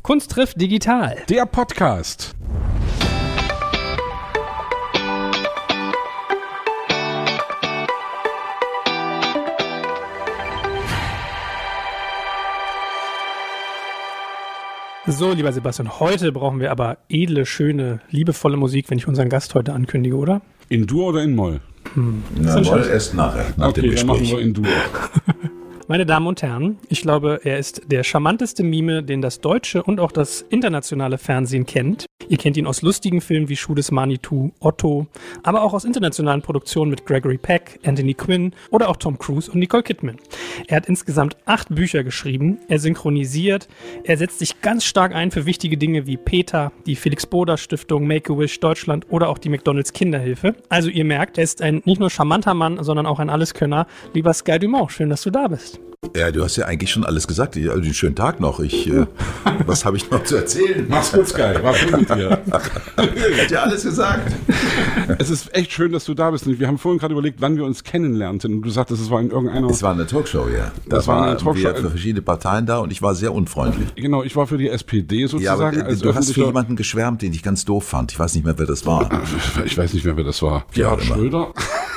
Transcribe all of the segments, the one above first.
Kunst trifft digital. Der Podcast. So, lieber Sebastian, heute brauchen wir aber edle, schöne, liebevolle Musik, wenn ich unseren Gast heute ankündige, oder? In Dur oder in Moll? Na, Moll erst nachher, nach dem Gespräch. Dann machen wir in Dur. Meine Damen und Herren, ich glaube, er ist der charmanteste Mime, den das deutsche und auch das internationale Fernsehen kennt. Ihr kennt ihn aus lustigen Filmen wie Schuh des Manitou, Otto, aber auch aus internationalen Produktionen mit Gregory Peck, Anthony Quinn oder auch Tom Cruise und Nicole Kidman. Er hat insgesamt 8 Bücher geschrieben, er synchronisiert, er setzt sich ganz stark ein für wichtige Dinge wie PETA, die Felix-Boda-Stiftung, Make-A-Wish Deutschland oder auch die McDonalds Kinderhilfe. Also ihr merkt, er ist ein nicht nur charmanter Mann, sondern auch ein Alleskönner. Lieber Sky Dumont, schön, dass du da bist. Ja, du hast ja eigentlich schon alles gesagt. Also einen schönen Tag noch. Was habe ich noch zu erzählen? Mach's gut, Sky. War schön mit dir. Hat ja alles gesagt. Es ist echt schön, dass du da bist. Wir haben vorhin gerade überlegt, wann wir uns kennenlernten. Und du sagtest, es war in irgendeiner... Es war eine Talkshow, ja. Da waren wir für verschiedene Parteien da und ich war sehr unfreundlich. Genau, ich war für die SPD sozusagen. Ja, aber du hast für jemanden geschwärmt, den ich ganz doof fand. Ich weiß nicht mehr, wer das war. Ich weiß nicht mehr, wer das war. Gerhard Schröder.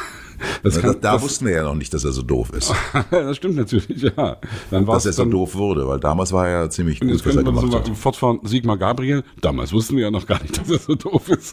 Da wussten wir ja noch nicht, dass er so doof ist. Das stimmt natürlich, ja. Dass er so doof wurde, weil damals war er ja ziemlich gut, was er gemacht hat. Fortfahren, Sigmar Gabriel, damals wussten wir ja noch gar nicht, dass er so doof ist.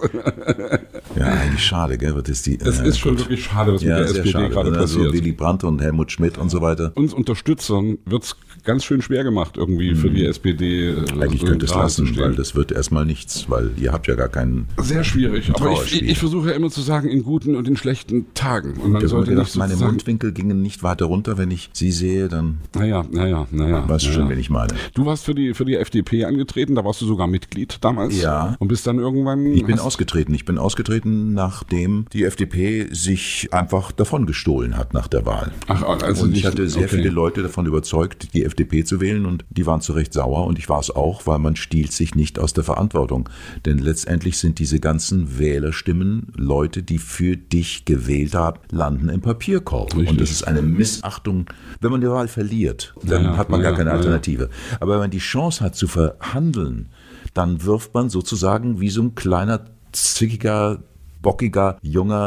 Ja, eigentlich schade, gell? Es ist schon wirklich schade, was mit der SPD gerade passiert. So Willy Brandt und Helmut Schmidt und so weiter. Uns Unterstützern wird's ganz schön schwer gemacht, irgendwie für die SPD. Eigentlich so könnt ihr es lassen, weil das wird erstmal nichts, weil ihr habt ja gar keinen... Sehr schwierig, aber ich versuche ja immer zu sagen, in guten und in schlechten Tagen. Und man sollte nicht meine Mundwinkel gingen nicht weiter runter, wenn ich sie sehe, dann... Naja. Weißt du schon, wen ich meine. Du warst für die FDP angetreten, da warst du sogar Mitglied damals. Ja. Und bist dann irgendwann... Ich bin ausgetreten, nachdem die FDP sich einfach davon gestohlen hat nach der Wahl. Also und ich hatte sehr viele Leute davon überzeugt, die FDP zu wählen und die waren zu Recht sauer und ich war es auch, weil man stiehlt sich nicht aus der Verantwortung. Denn letztendlich sind diese ganzen Wählerstimmen Leute, die für dich gewählt haben, landen im Papierkorb. Richtig. Und das ist eine Missachtung. Wenn man die Wahl verliert, dann hat man gar keine Alternative. Aber wenn man die Chance hat zu verhandeln, dann wirft man sozusagen wie so ein kleiner, zickiger, bockiger,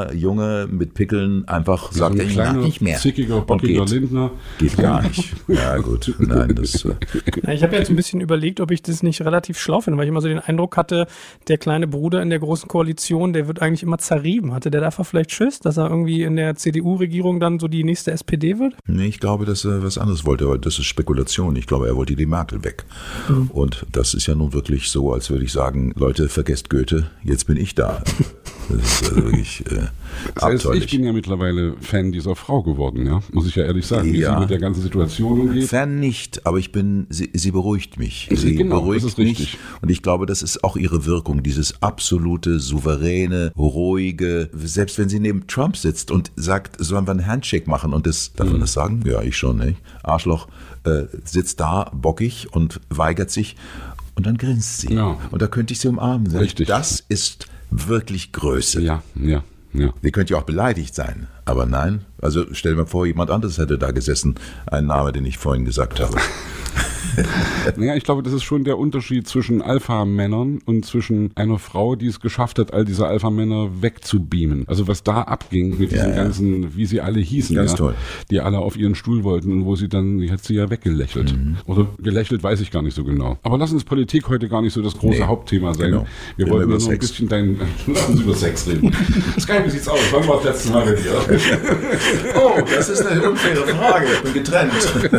Junge mit Pickeln einfach sagt, ich mach nicht mehr. Zickiger, bockiger Lindner. Geht gar nicht. Ja gut, nein, das... Ich habe jetzt ein bisschen überlegt, ob ich das nicht relativ schlau finde, weil ich immer so den Eindruck hatte, der kleine Bruder in der Großen Koalition, der wird eigentlich immer zerrieben. Hatte der dafür vielleicht Schiss, dass er irgendwie in der CDU-Regierung dann so die nächste SPD wird? Nee, ich glaube, dass er was anderes wollte, aber das ist Spekulation. Ich glaube, er wollte die Merkel weg. Und das ist ja nun wirklich so, als würde ich sagen, Leute, vergesst Goethe, jetzt bin ich da. Das ist also wirklich abenteuerlich. Ich bin ja mittlerweile Fan dieser Frau geworden, ja, muss ich ja ehrlich sagen, wie sie mit der ganzen Situation umgeht. Fan nicht, aber sie beruhigt mich. Sie beruhigt mich und ich glaube, das ist auch ihre Wirkung, dieses absolute, souveräne, ruhige, selbst wenn sie neben Trump sitzt und sagt, sollen wir einen Handshake machen und darf man das sagen? Ja, ich schon, nicht? Arschloch sitzt da bockig und weigert sich und dann grinst sie. Ja. Und da könnte ich sie umarmen. Richtig. Das ist wirklich Größe. Ja. Sie könnte ja auch beleidigt sein, aber nein. Also stell dir mal vor, jemand anderes hätte da gesessen, ein Name, den ich vorhin gesagt habe. Naja, ich glaube, das ist schon der Unterschied zwischen Alpha-Männern und zwischen einer Frau, die es geschafft hat, all diese Alpha-Männer wegzubeamen. Also was da abging mit diesen ganzen, wie sie alle hießen, ganz toll. Die alle auf ihren Stuhl wollten und wo sie dann, die hat sie ja weggelächelt. Oder gelächelt, weiß ich gar nicht so genau. Aber lass uns Politik heute gar nicht so das große Hauptthema sein. Genau. Wir wollten nur noch ein bisschen lass uns über Sex reden. Sky, wie sieht's aus? Wann war das letzte Mal mit dir? Oh, das ist eine unfaire Frage. Ich bin getrennt.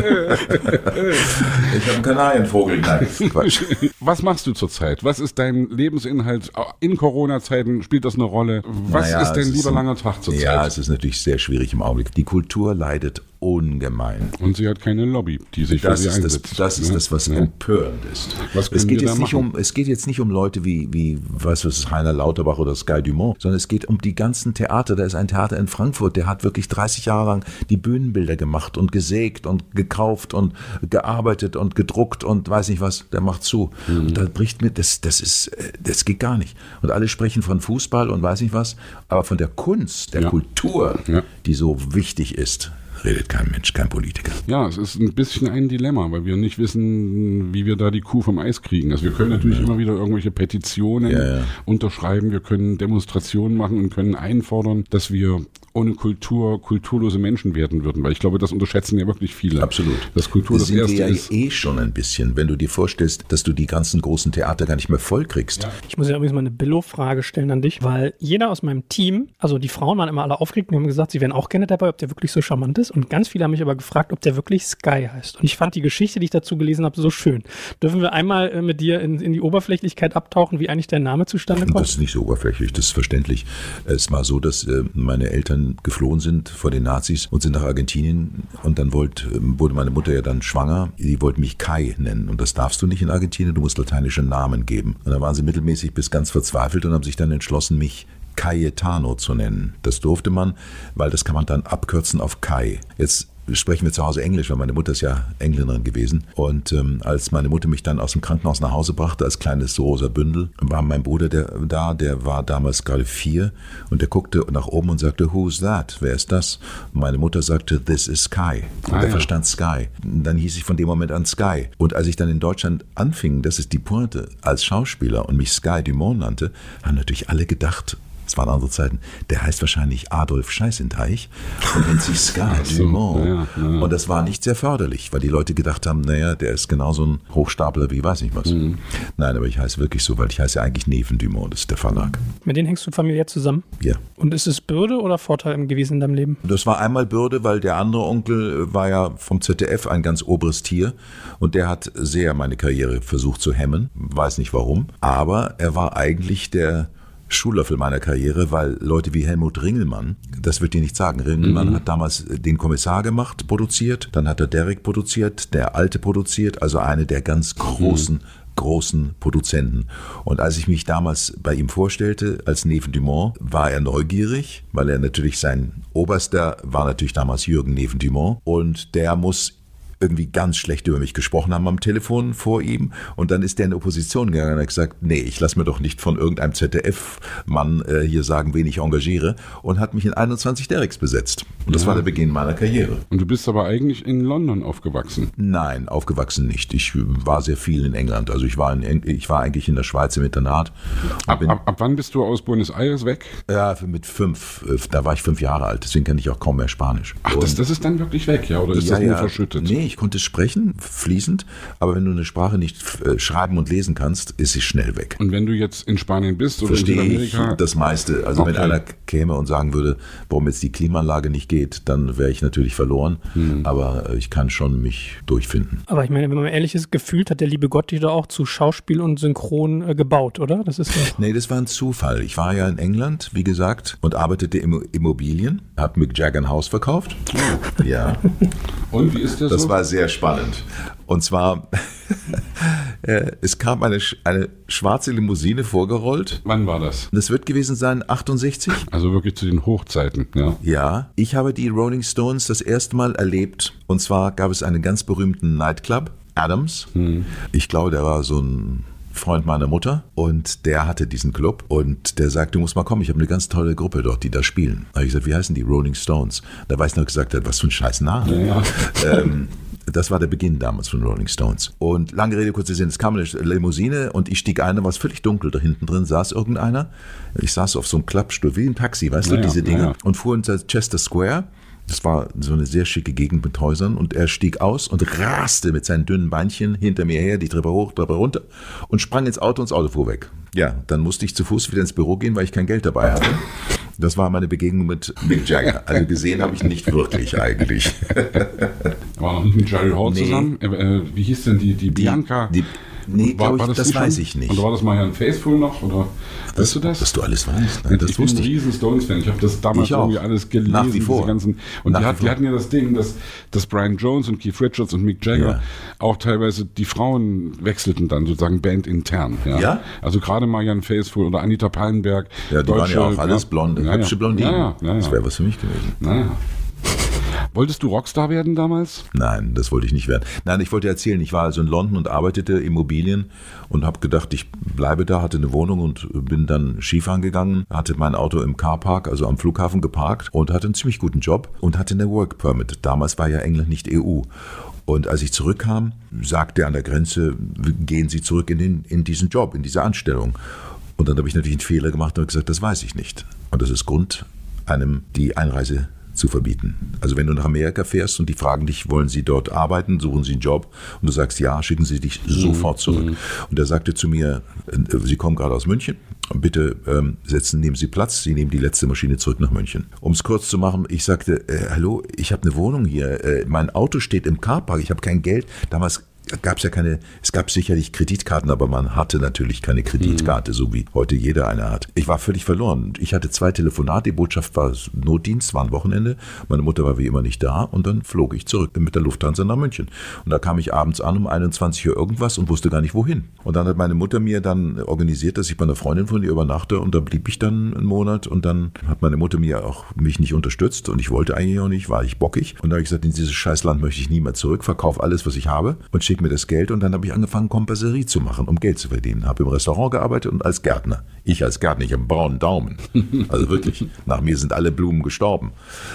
Ich habe einen Kanarienvogel. Nein, Quatsch. Was machst du zurzeit? Was ist dein Lebensinhalt? In Corona-Zeiten spielt das eine Rolle? Was ist dein lieber langer Tag zurzeit? Ja, es ist natürlich sehr schwierig im Augenblick. Die Kultur leidet ungemein. Und sie hat keine Lobby, die sich für sie einsetzt. Das ist das, was empörend ist. Es geht jetzt nicht um Leute wie was ist Heiner Lauterbach oder Sky Dumont, sondern es geht um die ganzen Theater. Da ist ein Theater in Frankfurt, der hat wirklich 30 Jahre lang die Bühnenbilder gemacht und gesägt und gekauft und gearbeitet und gedruckt und weiß nicht was, der macht zu. Und da bricht mir, das geht gar nicht. Und alle sprechen von Fußball und weiß nicht was, aber von der Kunst, der Kultur, die so wichtig ist, redet kein Mensch, kein Politiker. Ja, es ist ein bisschen ein Dilemma, weil wir nicht wissen, wie wir da die Kuh vom Eis kriegen. Also wir können natürlich immer wieder irgendwelche Petitionen unterschreiben, wir können Demonstrationen machen und können einfordern, dass wir ohne Kultur kulturlose Menschen werden würden, weil ich glaube, das unterschätzen ja wirklich viele. Absolut. Dass Kultur das Erste ist. Schon ein bisschen, wenn du dir vorstellst, dass du die ganzen großen Theater gar nicht mehr voll kriegst. Ja. Ich muss ja übrigens mal eine Billo-Frage stellen an dich, weil jeder aus meinem Team, also die Frauen waren immer alle aufgeregt und haben gesagt, sie wären auch gerne dabei, ob der wirklich so charmant ist, und ganz viele haben mich aber gefragt, ob der wirklich Sky heißt. Und ich fand die Geschichte, die ich dazu gelesen habe, so schön. Dürfen wir einmal mit dir in die Oberflächlichkeit abtauchen, wie eigentlich der Name zustande kommt? Das ist nicht so oberflächlich, das ist verständlich. Es war so, dass meine Eltern geflohen sind vor den Nazis und sind nach Argentinien, und dann wurde meine Mutter ja dann schwanger. Die wollte mich Kai nennen, und das darfst du nicht in Argentinien, du musst lateinische Namen geben. Und dann waren sie mittelmäßig bis ganz verzweifelt und haben sich dann entschlossen, mich Cayetano zu nennen. Das durfte man, weil das kann man dann abkürzen auf Kai. Jetzt sprechen wir zu Hause Englisch, weil meine Mutter ist ja Engländerin gewesen. Und als meine Mutter mich dann aus dem Krankenhaus nach Hause brachte, als kleines rosa Bündel, war mein Bruder der war damals gerade 4, und der guckte nach oben und sagte, who's that? Wer ist das? Und meine Mutter sagte, this is Sky. Und der verstand Sky. Und dann hieß ich von dem Moment an Sky. Und als ich dann in Deutschland anfing, das ist die Pointe, als Schauspieler und mich Sky Dumont nannte, haben natürlich alle gedacht, es waren andere Zeiten, der heißt wahrscheinlich Adolf Scheißenteich und nennt sich Sky Dumont. Ja. Und das war nicht sehr förderlich, weil die Leute gedacht haben, naja, der ist genauso ein Hochstapler wie weiß nicht was. Nein, aber ich heiße wirklich so, weil ich heiße eigentlich Neven Dumont, das ist der Verlag. Mit denen hängst du familiär zusammen? Ja. Und ist es Bürde oder Vorteil gewesen in deinem Leben? Das war einmal Bürde, weil der andere Onkel war ja vom ZDF ein ganz oberes Tier, und der hat sehr meine Karriere versucht zu hemmen, weiß nicht warum, aber er war eigentlich der Schuhlöffel meiner Karriere, weil Leute wie Helmut Ringelmann, das wird dir nicht sagen, Ringelmann hat damals den Kommissar produziert, dann hat er Derek produziert, der Alte produziert, also eine der ganz großen Produzenten. Und als ich mich damals bei ihm vorstellte, als Neven Dumont, war er neugierig, weil er natürlich sein Oberster war natürlich damals Jürgen Neven Dumont, und der muss irgendwie ganz schlecht über mich gesprochen haben am Telefon vor ihm, und dann ist der in Opposition gegangen und hat gesagt, nee, ich lasse mir doch nicht von irgendeinem ZDF-Mann hier sagen, wen ich engagiere, und hat mich in 21 Derricks besetzt. Und das war der Beginn meiner Karriere. Und du bist aber eigentlich in London aufgewachsen? Nein, aufgewachsen nicht. Ich war sehr viel in England. Also ich war eigentlich in der Schweiz im Internat. Ab wann bist du aus Buenos Aires weg? Ja, mit 5. Da war ich 5 Jahre alt, deswegen kenne ich auch kaum mehr Spanisch. Ach, das ist dann wirklich weg, ja? Oder ist das nur verschüttet? Nee, ich konnte sprechen, fließend, aber wenn du eine Sprache nicht schreiben und lesen kannst, ist sie schnell weg. Und wenn du jetzt in Spanien bist oder in Südamerika? Ich das meiste. Also wenn einer käme und sagen würde, warum jetzt die Klimaanlage nicht geht, dann wäre ich natürlich verloren, aber ich kann schon mich durchfinden. Aber ich meine, wenn man ehrlich ist, gefühlt hat der liebe Gott dich doch auch zu Schauspiel und Synchron gebaut, oder? Das ist doch Nee, das war ein Zufall. Ich war ja in England, wie gesagt, und arbeitete in Immobilien, habe Mick Jagger ein Haus verkauft. Ja. Und wie ist das so? Das war sehr spannend. Und zwar, es kam eine schwarze Limousine vorgerollt. Wann war das? Das wird gewesen sein 68. Also wirklich zu den Hochzeiten, ja. Ja, ich habe die Rolling Stones das erste Mal erlebt. Und zwar gab es einen ganz berühmten Nightclub, Adams. Ich glaube, der war so ein Freund meiner Mutter, und der hatte diesen Club, und der sagte, du musst mal kommen, ich habe eine ganz tolle Gruppe dort, die da spielen. Da habe ich gesagt, wie heißen die? Rolling Stones. Da weiß ich noch gesagt, was für ein scheiß Name. Ja. Das war der Beginn damals von Rolling Stones. Und lange Rede, kurzer Sinn, es kam eine Limousine und ich stieg ein, da war es völlig dunkel, da hinten drin saß irgendeiner. Ich saß auf so einem Klappstuhl, wie ein Taxi, weißt du, diese Dinger, und fuhr in Chester Square. Das war so eine sehr schicke Gegend mit Häusern, und er stieg aus und raste mit seinen dünnen Beinchen hinter mir her, die Treppe hoch, Treppe runter, und sprang ins Auto, und das Auto fuhr weg. Ja, dann musste ich zu Fuß wieder ins Büro gehen, weil ich kein Geld dabei hatte. Das war meine Begegnung mit Mick Jagger. Also gesehen habe ich ihn nicht wirklich eigentlich. War noch nicht mit Jerry Hall zusammen? Wie hieß denn die Bianca? Nee, das weiß ich nicht. Und war das Marianne Faithfull noch? Oder weißt du das? Dass du alles weißt. Nein, ich bin ein riesen Stones-Fan. Ich habe das damals irgendwie alles gelesen. Nach wie vor. Und die hatten ja das Ding, dass Brian Jones und Keith Richards und Mick Jagger auch teilweise die Frauen wechselten dann sozusagen bandintern. Ja? Also gerade Marianne Faithfull oder Anita Pallenberg. Ja, die waren ja auch alles blonde, hübsche Blondinen. Ja. Das wäre was für mich gewesen. Naja. Wolltest du Rockstar werden damals? Nein, das wollte ich nicht werden. Nein, ich wollte erzählen, ich war also in London und arbeitete Immobilien und habe gedacht, ich bleibe da, hatte eine Wohnung und bin dann Skifahren gegangen, hatte mein Auto im Carpark, also am Flughafen geparkt und hatte einen ziemlich guten Job und hatte eine Work Permit. Damals war ja England nicht EU. Und als ich zurückkam, sagte er an der Grenze, gehen Sie zurück in diesen Job, in diese Anstellung. Und dann habe ich natürlich einen Fehler gemacht und gesagt, das weiß ich nicht. Und das ist Grund, einem die Einreise zu verbieten. Also wenn du nach Amerika fährst und die fragen dich, wollen Sie dort arbeiten, suchen Sie einen Job und du sagst ja, schicken Sie dich sofort zurück. Und er sagte zu mir, Sie kommen gerade aus München, bitte nehmen Sie Platz, Sie nehmen die letzte Maschine zurück nach München. Um es kurz zu machen, ich sagte, hallo, ich habe eine Wohnung hier, mein Auto steht im Carpark, ich habe kein Geld. Damals es gab sicherlich Kreditkarten, aber man hatte natürlich keine Kreditkarte, so wie heute jeder eine hat. Ich war völlig verloren. Ich hatte 2 Telefonate, die Botschaft war Notdienst, war ein Wochenende. Meine Mutter war wie immer nicht da und dann flog ich zurück mit der Lufthansa nach München. Und da kam ich abends an um 21 Uhr irgendwas und wusste gar nicht wohin. Und dann hat meine Mutter mir dann organisiert, dass ich bei einer Freundin von ihr übernachte und da blieb ich dann einen Monat und dann hat meine Mutter mich nicht unterstützt und ich wollte eigentlich auch nicht, war ich bockig. Und da habe ich gesagt, in dieses Scheißland möchte ich nie mehr zurück, verkaufe alles, was ich habe und schicke mir das Geld und dann habe ich angefangen, Komparserie zu machen, um Geld zu verdienen. Habe im Restaurant gearbeitet und als Gärtner. Ich als Gärtner, ich habe einen braunen Daumen. Also wirklich, nach mir sind alle Blumen gestorben.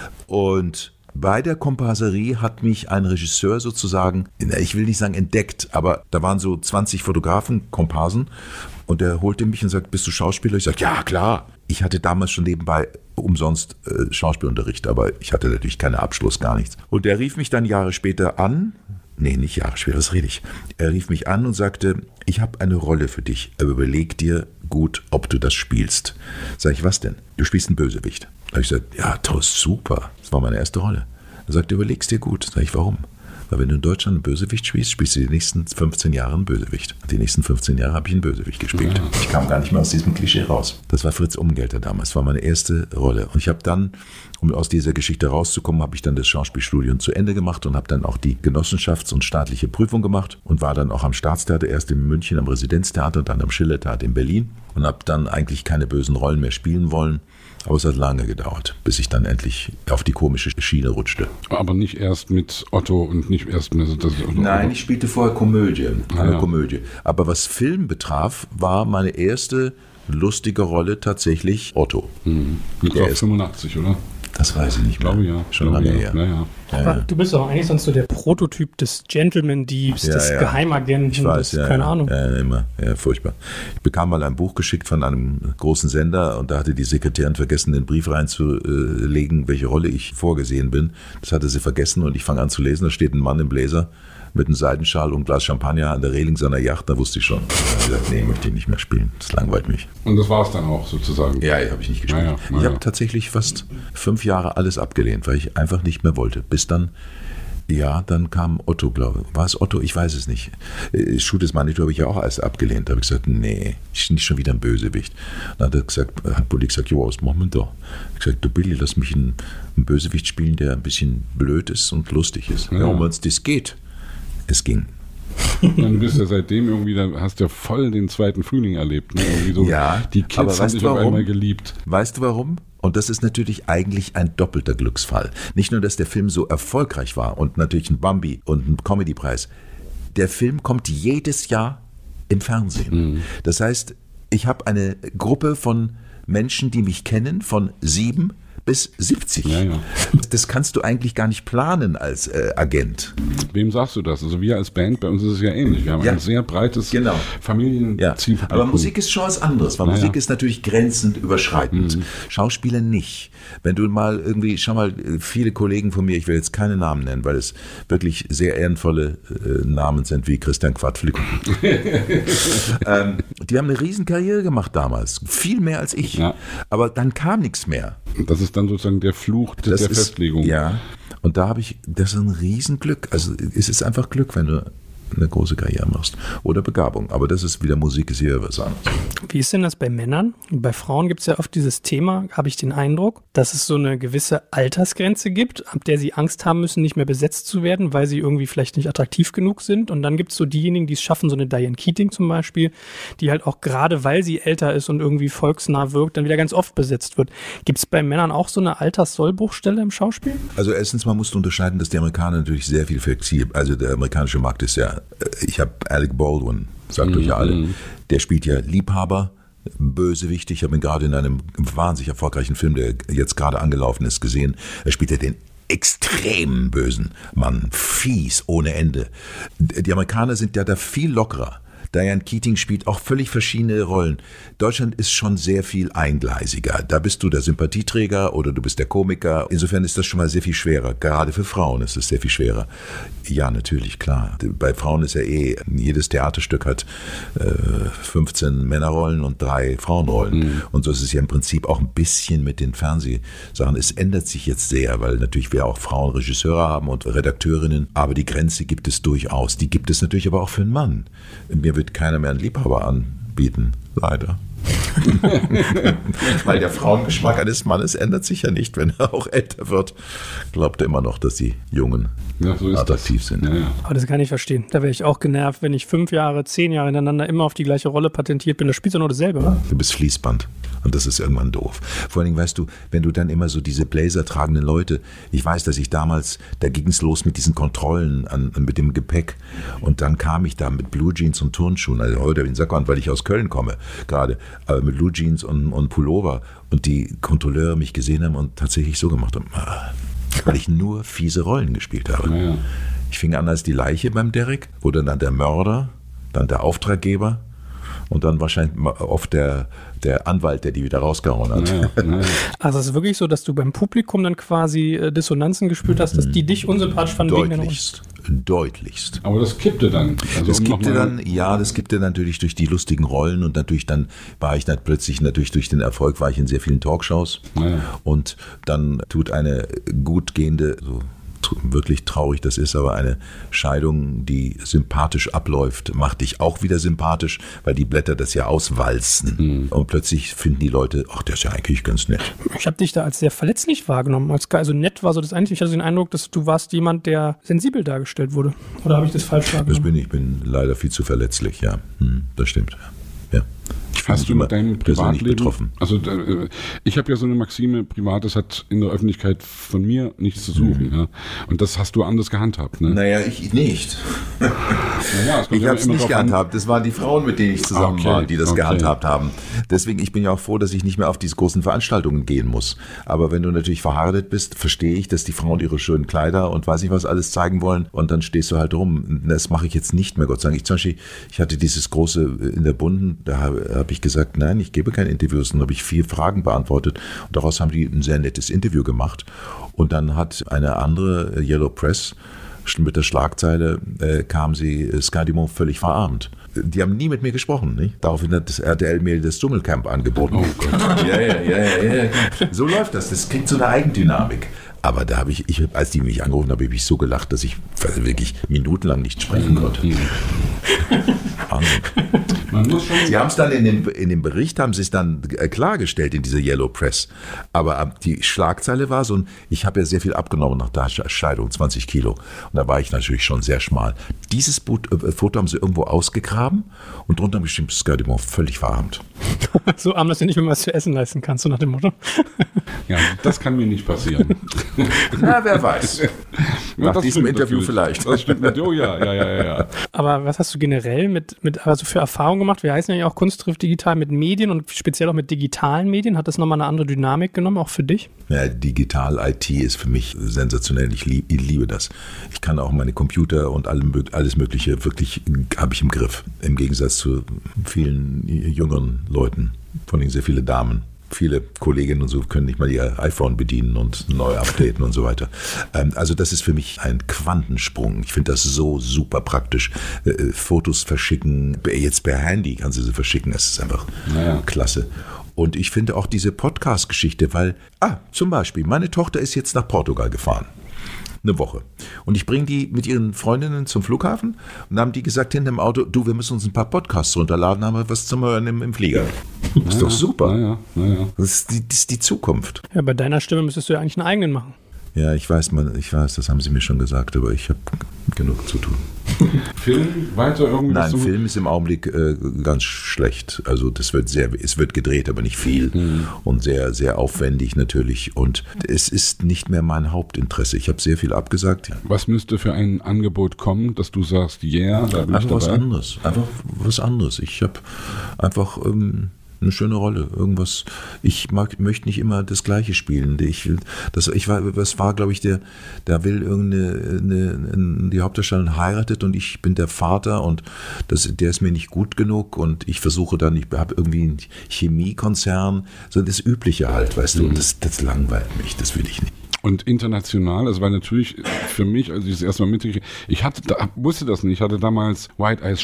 Und bei der Komparserie hat mich ein Regisseur sozusagen, ich will nicht sagen entdeckt, aber da waren so 20 Fotografen, Komparsen und der holte mich und sagt, bist du Schauspieler? Ich sage, ja klar. Ich hatte damals schon nebenbei umsonst Schauspielunterricht, aber ich hatte natürlich keinen Abschluss, gar nichts. Und der rief mich dann Jahre später an, nicht Jahre später, was rede ich? Er rief mich an und sagte, ich habe eine Rolle für dich, aber überleg dir gut, ob du das spielst. Sag ich, was denn? Du spielst einen Bösewicht. Da habe ich gesagt, ja, toll, super. Das war meine erste Rolle. Er sagte, überleg's dir gut. Sag ich, warum? Weil wenn du in Deutschland einen Bösewicht spielst, spielst du die nächsten 15 Jahre einen Bösewicht. Die nächsten 15 Jahre habe ich einen Bösewicht gespielt. Ja. Ich kam gar nicht mehr aus diesem Klischee raus. Das war Fritz Umgelter damals, das war meine erste Rolle. Und ich habe dann, um aus dieser Geschichte rauszukommen, habe ich dann das Schauspielstudium zu Ende gemacht und habe dann auch die Genossenschafts- und staatliche Prüfung gemacht und war dann auch am Staatstheater, erst in München am Residenztheater und dann am Schillertheater in Berlin und habe dann eigentlich keine bösen Rollen mehr spielen wollen. Aber es hat lange gedauert, bis ich dann endlich auf die komische Schiene rutschte. Aber nicht erst mit Otto und nicht erst mit... Nein, ich spielte vorher Komödie. Komödie. Aber was Film betraf, war meine erste lustige Rolle tatsächlich Otto. Mit 85, oder? Das weiß ich nicht mehr. Ich glaube ja. Schon lange her. Ja. Aber du bist doch eigentlich sonst so der Prototyp des Gentleman-Diebs, des Geheimagenten. Ich weiß, keine Ahnung. Immer. Ja, furchtbar. Ich bekam mal ein Buch geschickt von einem großen Sender und da hatte die Sekretärin vergessen, den Brief reinzulegen, welche Rolle ich vorgesehen bin. Das hatte sie vergessen und ich fange an zu lesen. Da steht ein Mann im Bläser mit einem Seidenschal und einem Glas Champagner an der Reling seiner Yacht. Da wusste ich schon. Da habe ich gesagt, nee, möchte ich nicht mehr spielen. Das langweilt mich. Und das war es dann auch sozusagen? Ja, habe ich nicht gespielt. Ich habe tatsächlich fast 5 Jahre alles abgelehnt, weil ich einfach nicht mehr wollte. Bis dann, dann kam Otto, glaube ich. War es Otto? Ich weiß es nicht. Schuh des Manitou habe ich ja auch alles abgelehnt. Da habe ich gesagt, nee, ich bin nicht schon wieder ein Bösewicht. Dann hat Bulli gesagt, jo, was machen wir da? Ich habe gesagt, du Billy, lass mich einen Bösewicht spielen, der ein bisschen blöd ist und lustig ist. Ja, um uns das geht. Es ging. Dann bist du seitdem irgendwie, dann hast du ja voll den zweiten Frühling erlebt. Ne? Irgendwie so, die Kids haben dich auf einmal geliebt. Weißt du warum? Und das ist natürlich eigentlich ein doppelter Glücksfall. Nicht nur, dass der Film so erfolgreich war und natürlich ein Bambi und ein Comedypreis. Der Film kommt jedes Jahr im Fernsehen. Das heißt, ich habe eine Gruppe von Menschen, die mich kennen, von 7 bis 70. Ja. Das kannst du eigentlich gar nicht planen als Agent. Wem sagst du das? Also wir als Band, bei uns ist es ja ähnlich. Wir haben ein sehr breites Familienziel. Aber Musik ist schon was anderes, weil Musik ist natürlich grenzend überschreitend. Schauspieler nicht. Wenn du mal irgendwie, schau mal, viele Kollegen von mir, ich will jetzt keine Namen nennen, weil es wirklich sehr ehrenvolle Namen sind, wie Christian Quadflick. Die haben eine Riesenkarriere gemacht damals. Viel mehr als ich. Ja. Aber dann kam nichts mehr. Das ist dann sozusagen der Fluch der Festlegung. Ja, und das ist ein Riesenglück. Also es ist einfach Glück, wenn du eine große Karriere machst. Oder Begabung. Aber das ist wieder Musik, ist hier was anderes. Wie ist denn das bei Männern? Bei Frauen gibt es ja oft dieses Thema, habe ich den Eindruck, dass es so eine gewisse Altersgrenze gibt, ab der sie Angst haben müssen, nicht mehr besetzt zu werden, weil sie irgendwie vielleicht nicht attraktiv genug sind. Und dann gibt es so diejenigen, die es schaffen, so eine Diane Keating zum Beispiel, die halt auch gerade, weil sie älter ist und irgendwie volksnah wirkt, dann wieder ganz oft besetzt wird. Gibt es bei Männern auch so eine Alterssollbruchstelle im Schauspiel? Also erstens mal musst du unterscheiden, dass die Amerikaner natürlich sehr viel flexibel, also der amerikanische Markt ist ja, ich habe Alec Baldwin, sagt euch ja alle, der spielt ja Liebhaber, Bösewicht. Ich habe ihn gerade in einem wahnsinnig erfolgreichen Film, der jetzt gerade angelaufen ist, gesehen. Er spielt ja den extrem bösen Mann, fies ohne Ende. Die Amerikaner sind ja da viel lockerer. Diane Keating spielt auch völlig verschiedene Rollen. Deutschland ist schon sehr viel eingleisiger. Da bist du der Sympathieträger oder du bist der Komiker. Insofern ist das schon mal sehr viel schwerer. Gerade für Frauen ist es sehr viel schwerer. Ja, natürlich, klar. Bei Frauen ist ja jedes Theaterstück hat 15 Männerrollen und 3 Frauenrollen. Und so ist es ja im Prinzip auch ein bisschen mit den Fernsehsachen. Es ändert sich jetzt sehr, weil natürlich wir auch Frauenregisseure haben und Redakteurinnen. Aber die Grenze gibt es durchaus. Die gibt es natürlich aber auch für einen Mann. Mir wird keiner mehr einen Liebhaber anbieten, leider. Weil der Frauengeschmack eines Mannes ändert sich ja nicht, wenn er auch älter wird. Glaubt er immer noch, dass die Jungen attraktiv sind. Ja. Aber das kann ich verstehen. Da wäre ich auch genervt, wenn ich 5 Jahre, 10 Jahre hintereinander immer auf die gleiche Rolle patentiert bin. Das spielst du nur dasselbe, oder? Du bist Fließband. Und das ist irgendwann doof. Vor allen Dingen, weißt du, wenn du dann immer so diese Blazer tragenden Leute, ich weiß, dass ich damals, da ging es los mit diesen Kontrollen mit dem Gepäck und dann kam ich da mit Blue Jeans und Turnschuhen, also heute in Sackmann, weil ich aus Köln komme gerade, aber mit Blue Jeans und Pullover und die Kontrolleure mich gesehen haben und tatsächlich so gemacht haben, weil ich nur fiese Rollen gespielt habe. Ja. Ich fing an als die Leiche beim Derrick, wurde dann der Mörder, dann der Auftraggeber und dann wahrscheinlich oft der Anwalt, der die wieder rausgehauen hat. Ja. Also es ist wirklich so, dass du beim Publikum dann quasi Dissonanzen gespürt hast, dass die dich unsympathisch fanden? Deutlichst. Aber das kippte dann. Also das kippte natürlich durch die lustigen Rollen und natürlich dann war ich plötzlich durch den Erfolg war ich in sehr vielen Talkshows und dann tut eine gut gehende, so wirklich traurig das ist, aber eine Scheidung, die sympathisch abläuft, macht dich auch wieder sympathisch, weil die Blätter das ja auswalzen. Und plötzlich finden die Leute, ach, der ist ja eigentlich ganz nett. Ich habe dich da als sehr verletzlich wahrgenommen. Also nett war so das Einzige. Ich hatte den Eindruck, dass du warst jemand, der sensibel dargestellt wurde. Oder habe ich das falsch wahrgenommen? Ich bin leider viel zu verletzlich, ja. Das stimmt. Ja. Hast du mit deinem Privatleben betroffen? Also ich habe ja so eine Maxime, Privates hat in der Öffentlichkeit von mir nichts zu suchen. Ja? Und das hast du anders gehandhabt. Ne? Naja, ich nicht. Ich habe es nicht gehandhabt. Das waren die Frauen, mit denen ich zusammen war, die das gehandhabt haben. Deswegen, ich bin ja auch froh, dass ich nicht mehr auf diese großen Veranstaltungen gehen muss. Aber wenn du natürlich verheiratet bist, verstehe ich, dass die Frauen ihre schönen Kleider und weiß nicht was alles zeigen wollen und dann stehst du halt rum. Das mache ich jetzt nicht mehr, Gott sei Dank. Ich hatte dieses große in der Bunden, da habe ich gesagt, nein, ich gebe keine Interviews. Dann habe ich 4 Fragen beantwortet und daraus haben die ein sehr nettes Interview gemacht. Und dann hat eine andere Yellow Press mit der Schlagzeile kam sie Sky Dumont völlig verarmt. Die haben nie mit mir gesprochen. Nicht? Daraufhin hat das RTL mir das Dschungelcamp angeboten. Oh Gott. Ja. So läuft das. Das kriegt so eine Eigendynamik. Aber da habe ich, als die mich angerufen haben, habe ich so gelacht, dass ich wirklich minutenlang nicht sprechen konnte. Sie haben es dann in dem Bericht, haben sie es dann klargestellt in dieser Yellow Press. Aber die Schlagzeile war so, ich habe ja sehr viel abgenommen nach der Scheidung, 20 Kilo. Und da war ich natürlich schon sehr schmal. Dieses Foto haben sie irgendwo ausgegraben und drunter bestimmt Sky Dumont völlig verarmt. So arm, dass du nicht mehr was zu essen leisten kannst, so nach dem Motto. Ja, das kann mir nicht passieren. Na, wer weiß. Nach diesem Interview vielleicht. Das stimmt natürlich. Oh ja. Aber was hast du generell also für Erfahrungen gemacht? Wir heißen ja auch Kunst trifft digital mit Medien und speziell auch mit digitalen Medien. Hat das nochmal eine andere Dynamik genommen, auch für dich? Ja, Digital-IT ist für mich sensationell. Ich liebe das. Ich kann auch meine Computer und alles Mögliche wirklich, habe ich im Griff. Im Gegensatz zu vielen jüngeren Leuten, vor allem sehr viele Damen. Viele Kolleginnen und so können nicht mal ihr iPhone bedienen und neu updaten und so weiter. Also das ist für mich ein Quantensprung. Ich finde das so super praktisch. Fotos verschicken, jetzt per Handy kannst du sie verschicken. Das ist einfach klasse. Und ich finde auch diese Podcast-Geschichte, weil, zum Beispiel, meine Tochter ist jetzt nach Portugal gefahren. eine Woche. Und ich bringe die mit ihren Freundinnen zum Flughafen und haben die gesagt hinter dem Auto, du, wir müssen uns ein paar Podcasts runterladen, haben wir was zum Hören im Flieger. Ist doch super. Ja. Das ist die Zukunft. Ja, bei deiner Stimme müsstest du ja eigentlich einen eigenen machen. Ja, ich weiß, das haben sie mir schon gesagt, aber ich habe genug zu tun. Film weiter irgendwie? Nein, Film ist im Augenblick ganz schlecht. Also es wird gedreht, aber nicht viel und sehr, sehr aufwendig natürlich. Und es ist nicht mehr mein Hauptinteresse. Ich habe sehr viel abgesagt. Was müsste für ein Angebot kommen, dass du sagst, yeah, da bin ich dabei? Einfach was anderes. Ich habe einfach eine schöne Rolle, irgendwas. Möchte nicht immer das Gleiche spielen. Das war, glaube ich, der will die Hauptdarstellerin heiratet und ich bin der Vater und der ist mir nicht gut genug und ich versuche dann, ich habe irgendwie einen Chemiekonzern, so das Übliche halt, weißt du, und das langweilt mich, das will ich nicht. Und international, also weil natürlich für mich, als ich das erste Mal mitgekriegt, wusste das nicht, ich hatte damals Ice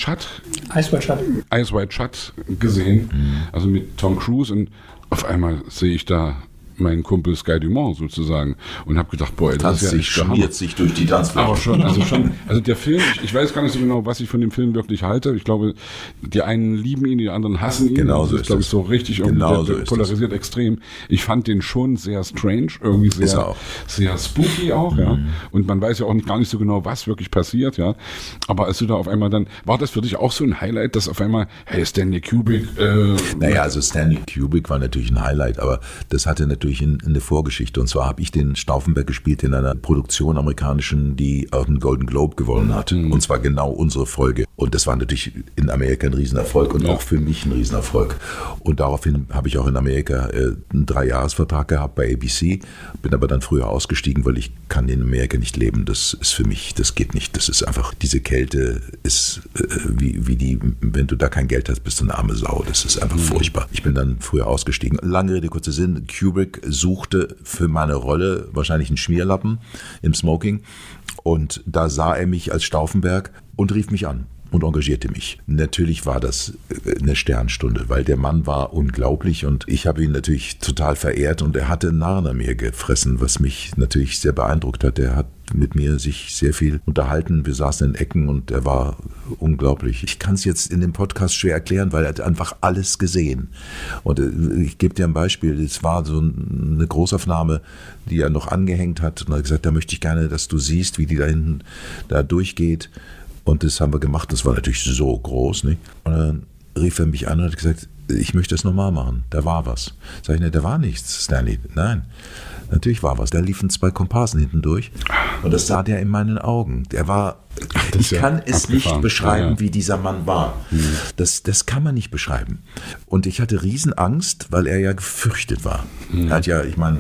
White Shut gesehen, also mit Tom Cruise und auf einmal sehe ich da meinen Kumpel Sky Dumont sozusagen und habe gedacht, boah, das ist ja echt schmiert sich durch die Tanzfläche. Aber also der Film, ich weiß gar nicht so genau, was ich von dem Film wirklich halte. Ich glaube, die einen lieben ihn, die anderen hassen ihn. Genau so ist, glaube ich, so richtig irgendwie, der polarisiert extrem. Ich fand den schon sehr strange, irgendwie sehr spooky auch, ja. Und man weiß ja auch gar nicht so genau, was wirklich passiert, ja. Aber als du da auf einmal dann, war das für dich auch so ein Highlight, dass auf einmal, hey, Stanley Kubrick, Naja, also Stanley Kubrick war natürlich ein Highlight, aber das hatte natürlich in der Vorgeschichte. Und zwar habe ich den Stauffenberg gespielt in einer Produktion amerikanischen, die auch einen Golden Globe gewonnen hat. Und zwar genau unsere Folge. Und das war natürlich in Amerika ein Riesenerfolg und auch für mich ein Riesenerfolg. Und daraufhin habe ich auch in Amerika einen 3-Jahres-Vertrag gehabt bei ABC, bin aber dann früher ausgestiegen, weil ich kann in Amerika nicht leben. Das ist für mich, das geht nicht. Das ist einfach, diese Kälte ist wie die, wenn du da kein Geld hast, bist du eine arme Sau. Das ist einfach furchtbar. Ich bin dann früher ausgestiegen. Lange Rede, kurzer Sinn, Kubrick suchte für meine Rolle wahrscheinlich einen Schmierlappen im Smoking und da sah er mich als Stauffenberg und rief mich an und engagierte mich. Natürlich war das eine Sternstunde, weil der Mann war unglaublich und ich habe ihn natürlich total verehrt und er hatte Narren an mir gefressen, was mich natürlich sehr beeindruckt hat. Er hat mit mir sich sehr viel unterhalten. Wir saßen in Ecken und er war unglaublich. Ich kann es jetzt in dem Podcast schwer erklären, weil er hat einfach alles gesehen. Und ich gebe dir ein Beispiel. Es war so eine Großaufnahme, die er noch angehängt hat und er hat gesagt, da möchte ich gerne, dass du siehst, wie die da hinten da durchgeht. Und das haben wir gemacht. Das war natürlich so groß, nicht? Und dann rief er mich an und hat gesagt, ich möchte das nochmal machen. Da war was. Sag ich, ne, da war nichts, Stanley. Nein, natürlich war was. Da liefen 2 Komparsen hinten durch und das sah der in meinen Augen. Der war, ich kann es nicht beschreiben, wie dieser Mann war. Das kann man nicht beschreiben. Und ich hatte Riesenangst, weil er ja gefürchtet war. Er hat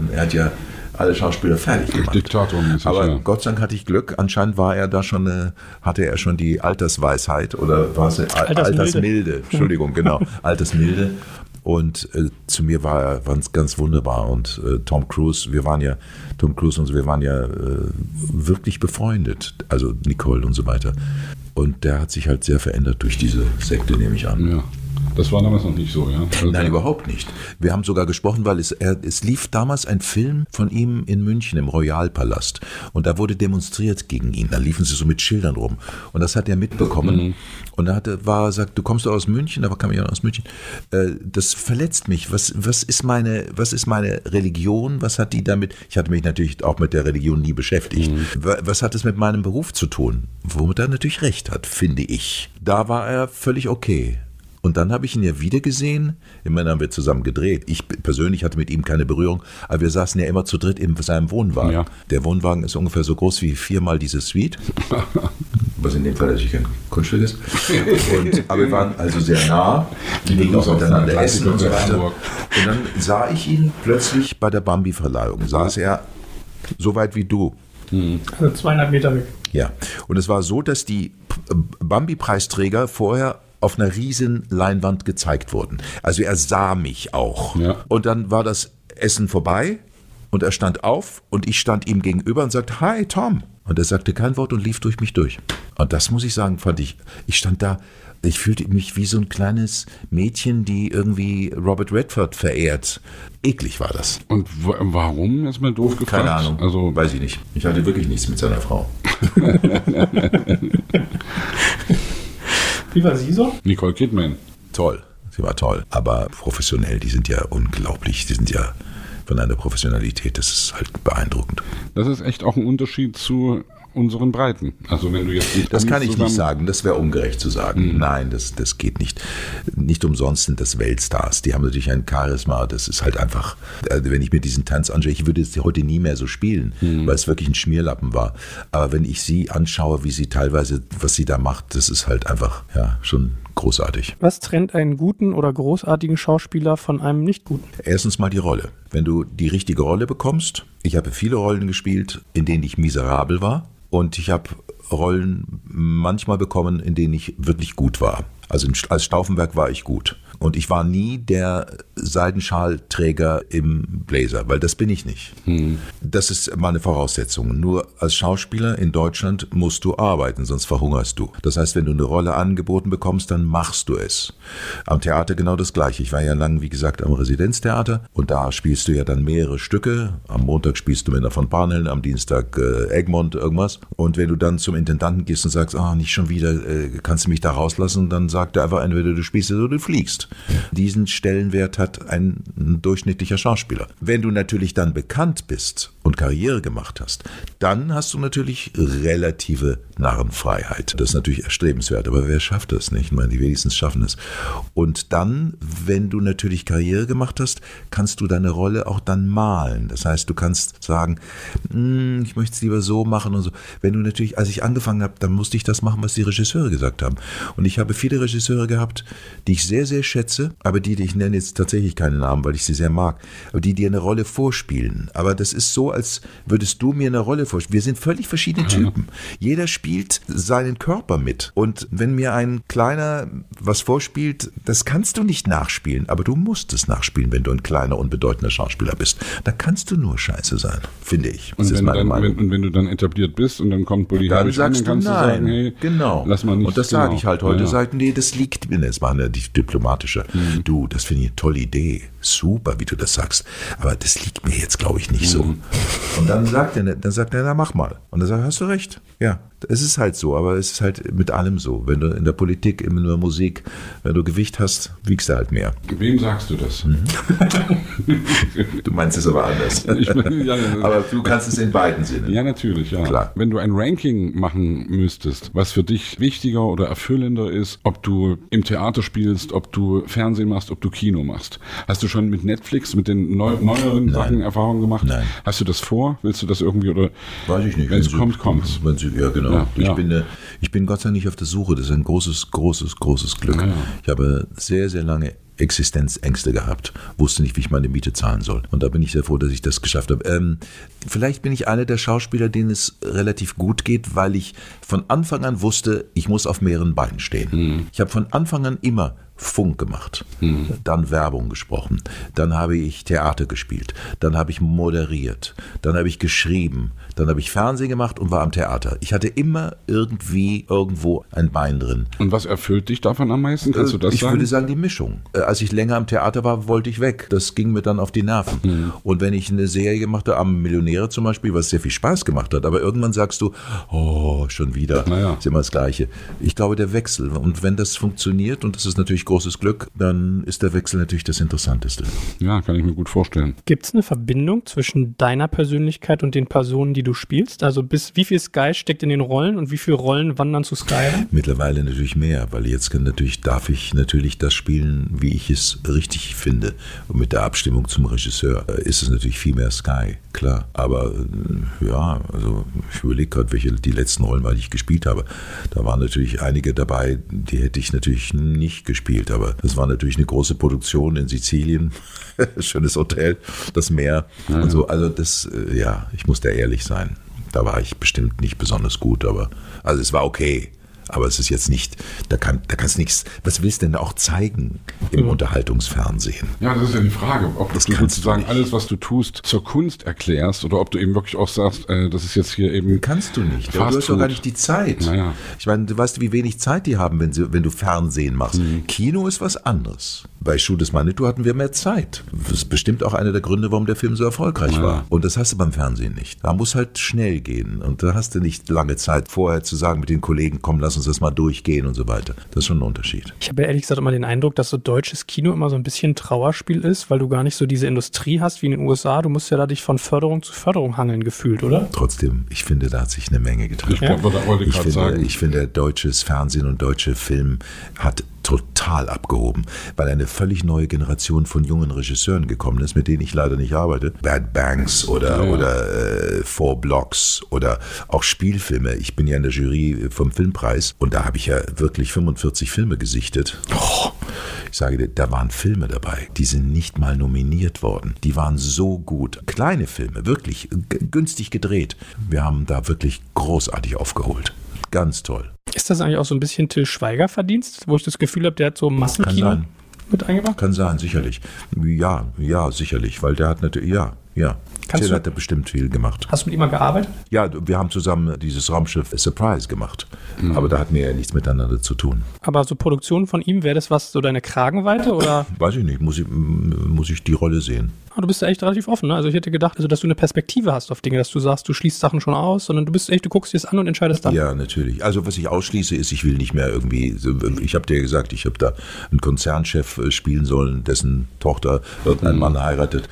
ja alle Schauspieler fertig gemacht. Diktatormäßig, aber Gott sei Dank hatte ich Glück. Anscheinend war er da hatte er schon die Altersweisheit oder war es Altersmilde. Entschuldigung, genau. Altersmilde. Und zu mir war er ganz wunderbar. Und Tom Cruise und wir waren ja wirklich befreundet. Also Nicole und so weiter. Und der hat sich halt sehr verändert durch diese Sekte, nehme ich an. Ja. Das war damals noch nicht so, ja? Also nein, überhaupt nicht. Wir haben sogar gesprochen, weil es lief damals ein Film von ihm in München im Royalpalast und da wurde demonstriert gegen ihn. Da liefen sie so mit Schildern rum und das hat er mitbekommen und da sagt, du kommst aus München, aber kam ja aus München. Das verletzt mich. Was ist meine Religion? Was hat die damit? Ich hatte mich natürlich auch mit der Religion nie beschäftigt. Was hat es mit meinem Beruf zu tun? Womit er natürlich recht hat, finde ich. Da war er völlig okay. Und dann habe ich ihn ja wieder gesehen. Immerhin haben wir zusammen gedreht. Ich persönlich hatte mit ihm keine Berührung, aber wir saßen ja immer zu dritt in seinem Wohnwagen. Ja. Der Wohnwagen ist ungefähr so groß wie 4-mal diese Suite. Was in dem Fall natürlich kein Kunststück ist. Aber wir waren also sehr nah. Wir gingen auch miteinander essen und so weiter. Und dann sah ich ihn plötzlich bei der Bambi-Verleihung. Saß er so weit wie du. Also 200 Meter weg. Ja. Und es war so, dass die Bambi-Preisträger vorher auf einer riesen Leinwand gezeigt wurden. Also er sah mich auch. Ja. Und dann war das Essen vorbei und er stand auf und ich stand ihm gegenüber und sagte, hi Tom. Und er sagte kein Wort und lief durch mich durch. Und das muss ich sagen, fand ich stand da Ich fühlte mich wie so ein kleines Mädchen, die irgendwie Robert Redford verehrt. Eklig war das. Und warum? Ist mal doof gefragt. Keine Ahnung. Also weiß ich nicht. Ich hatte wirklich nichts mit seiner Frau. Wie war sie so? Nicole Kidman. Toll. Sie war toll. Aber professionell, die sind ja unglaublich. Die sind ja von einer Professionalität, das ist halt beeindruckend. Das ist echt auch ein Unterschied zu unseren Breiten. Also wenn du jetzt das kann ich nicht sagen, das wäre ungerecht zu sagen. Nein, das geht nicht. Nicht umsonst sind das Weltstars. Die haben natürlich ein Charisma, das ist halt einfach, wenn ich mir diesen Tanz anschaue, ich würde es heute nie mehr so spielen, weil es wirklich ein Schmierlappen war. Aber wenn ich sie anschaue, wie sie teilweise, was sie da macht, das ist halt einfach, ja, schon großartig. Was trennt einen guten oder großartigen Schauspieler von einem nicht guten? Erstens mal die Rolle. Wenn du die richtige Rolle bekommst, ich habe viele Rollen gespielt, in denen ich miserabel war. Und ich habe Rollen manchmal bekommen, in denen ich wirklich gut war. Also als Stauffenberg war ich gut. Und ich war nie der Seidenschalträger im Blazer, weil das bin ich nicht. Das ist meine Voraussetzung. Nur als Schauspieler in Deutschland musst du arbeiten, sonst verhungerst du. Das heißt, wenn du eine Rolle angeboten bekommst, dann machst du es. Am Theater genau das Gleiche. Ich war ja lang, wie gesagt, am Residenztheater und da spielst du ja dann mehrere Stücke. Am Montag spielst du Männer von Barnhelm, am Dienstag Egmont, irgendwas. Und wenn du dann zum Intendanten gehst und sagst, nicht schon wieder, kannst du mich da rauslassen, dann sagt er einfach, entweder du spielst oder du fliegst. Diesen Stellenwert hat ein durchschnittlicher Schauspieler. Wenn du natürlich dann bekannt bist und Karriere gemacht hast, dann hast du natürlich relative Narrenfreiheit. Das ist natürlich erstrebenswert, aber wer schafft das nicht? Ich meine, die wenigstens schaffen es. Und dann, wenn du natürlich Karriere gemacht hast, kannst du deine Rolle auch dann malen. Das heißt, du kannst sagen, ich möchte es lieber so machen und so. Wenn du natürlich, als ich angefangen habe, dann musste ich das machen, was die Regisseure gesagt haben. Und ich habe viele Regisseure gehabt, die ich sehr, sehr schätze, aber ich nenne jetzt tatsächlich keine Namen, weil ich sie sehr mag, aber die dir eine Rolle vorspielen. Aber das ist so, als würdest du mir eine Rolle vorspielen. Wir sind völlig verschiedene Typen. Jeder spielt seinen Körper mit. Und wenn mir ein Kleiner was vorspielt, das kannst du nicht nachspielen, aber du musst es nachspielen, wenn du ein kleiner, unbedeutender Schauspieler bist. Da kannst du nur scheiße sein, finde ich. Das ist meine Meinung. Und wenn du dann etabliert bist und dann kommt Bully Herbig, dann sagst du nein. Sagen, hey, genau. Lass mal nicht. Und das sage ich halt heute. Sagen, nee, das liegt mir. Das war eine diplomatische. Du, das finde ich eine tolle Idee. Super, wie du das sagst. Aber das liegt mir jetzt, glaube ich, nicht so. Und dann sagt er, na mach mal. Und dann sagt er, hast du recht. Ja, es ist halt so, aber es ist halt mit allem so. Wenn du in der Politik, in der Musik, wenn du Gewicht hast, wiegst du halt mehr. Wem sagst du das? Du meinst es aber anders. Aber du kannst es in beiden Sinnen. Ja, natürlich, ja. Klar. Wenn du ein Ranking machen müsstest, was für dich wichtiger oder erfüllender ist, ob du im Theater spielst, ob du Fernsehen machst, ob du Kino machst. Hast du schon mit Netflix, mit den neueren Sachen Erfahrungen gemacht? Nein. Hast du das vor? Willst du das irgendwie oder? Weiß ich nicht. Wenn es kommt, kommt's. Ja, genau. Ja, Ich bin Gott sei Dank nicht auf der Suche. Das ist ein großes Glück. Ja. Ich habe sehr, sehr lange Existenzängste gehabt, wusste nicht, wie ich meine Miete zahlen soll. Und da bin ich sehr froh, dass ich das geschafft habe. Vielleicht bin ich einer der Schauspieler, denen es relativ gut geht, weil ich von Anfang an wusste, ich muss auf mehreren Beinen stehen. Ich habe von Anfang an immer Funk gemacht, dann Werbung gesprochen, dann habe ich Theater gespielt, dann habe ich moderiert, dann habe ich geschrieben, dann habe ich Fernsehen gemacht und war am Theater. Ich hatte immer irgendwo ein Bein drin. Und was erfüllt dich davon am meisten? Kannst du das sagen? Ich würde sagen, die Mischung. Als ich länger am Theater war, wollte ich weg. Das ging mir dann auf die Nerven. Und wenn ich eine Serie gemacht habe, am Millionäre zum Beispiel, was sehr viel Spaß gemacht hat, aber irgendwann sagst du, schon wieder, ist immer das Gleiche. Ich glaube, der Wechsel. Und wenn das funktioniert, und das ist natürlich großes Glück, dann ist der Wechsel natürlich das Interessanteste. Ja, kann ich mir gut vorstellen. Gibt es eine Verbindung zwischen deiner Persönlichkeit und den Personen, die du spielst? Also wie viel Sky steckt in den Rollen und wie viele Rollen wandern zu Sky? Mittlerweile natürlich mehr, weil jetzt darf ich natürlich das spielen, wie ich es richtig finde. Und mit der Abstimmung zum Regisseur ist es natürlich viel mehr Sky, klar. Aber also ich überlege gerade, welche die letzten Rollen, weil ich gespielt habe. Da waren natürlich einige dabei, die hätte ich natürlich nicht gespielt, aber das war natürlich eine große Produktion in Sizilien. Schönes Hotel, das Meer und so. Also ich muss da ehrlich sein. Da war ich bestimmt nicht besonders gut, aber also es war okay. Aber es ist jetzt nicht, da kannst du nichts, was willst du denn auch zeigen im Unterhaltungsfernsehen? Ja, das ist ja die Frage, ob du sozusagen alles, was du tust, zur Kunst erklärst oder ob du eben wirklich auch sagst, das ist jetzt hier eben... Kannst du nicht, du hast doch gar nicht die Zeit. Naja. Ich meine, du weißt, wie wenig Zeit die haben, wenn du Fernsehen machst. Kino ist was anderes. Bei Schuh des Manitou hatten wir mehr Zeit. Das ist bestimmt auch einer der Gründe, warum der Film so erfolgreich war. Und das hast du beim Fernsehen nicht. Da muss halt schnell gehen. Und da hast du nicht lange Zeit vorher zu sagen mit den Kollegen, komm, lass uns das mal durchgehen und so weiter. Das ist schon ein Unterschied. Ich habe ja ehrlich gesagt immer den Eindruck, dass so deutsches Kino immer so ein bisschen Trauerspiel ist, weil du gar nicht so diese Industrie hast wie in den USA. Du musst ja da dich von Förderung zu Förderung hangeln gefühlt, oder? Trotzdem, ich finde, da hat sich eine Menge getan. Ich finde, deutsches Fernsehen und deutsche Film hat total abgehoben, weil eine völlig neue Generation von jungen Regisseuren gekommen ist, mit denen ich leider nicht arbeite. Bad Banks oder Four Blocks oder auch Spielfilme. Ich bin ja in der Jury vom Filmpreis und da habe ich ja wirklich 45 Filme gesichtet. Ich sage dir, da waren Filme dabei, die sind nicht mal nominiert worden. Die waren so gut. Kleine Filme, wirklich günstig gedreht. Wir haben da wirklich großartig aufgeholt. Ganz toll. Ist das eigentlich auch so ein bisschen Till Schweiger-Verdienst, wo ich das Gefühl habe, der hat so Massenkino mit eingebracht? Kann sein, sicherlich. Ja, sicherlich, weil der hat natürlich, Till hat da bestimmt viel gemacht. Hast du mit ihm mal gearbeitet? Ja, wir haben zusammen dieses Raumschiff Surprise gemacht. Aber da hatten wir ja nichts miteinander zu tun. Aber so Produktion von ihm, wäre das was, so deine Kragenweite, oder? Weiß ich nicht, muss ich die Rolle sehen. Du bist ja echt relativ offen, ne? Also ich hätte gedacht, dass du eine Perspektive hast auf Dinge, dass du sagst, du schließt Sachen schon aus, sondern du guckst dir es an und entscheidest dann. Ja, natürlich. Also was ich ausschließe ist, ich will nicht mehr irgendwie, ich habe dir gesagt, ich habe da einen Konzernchef spielen sollen, dessen Tochter irgendeinen Mann heiratet.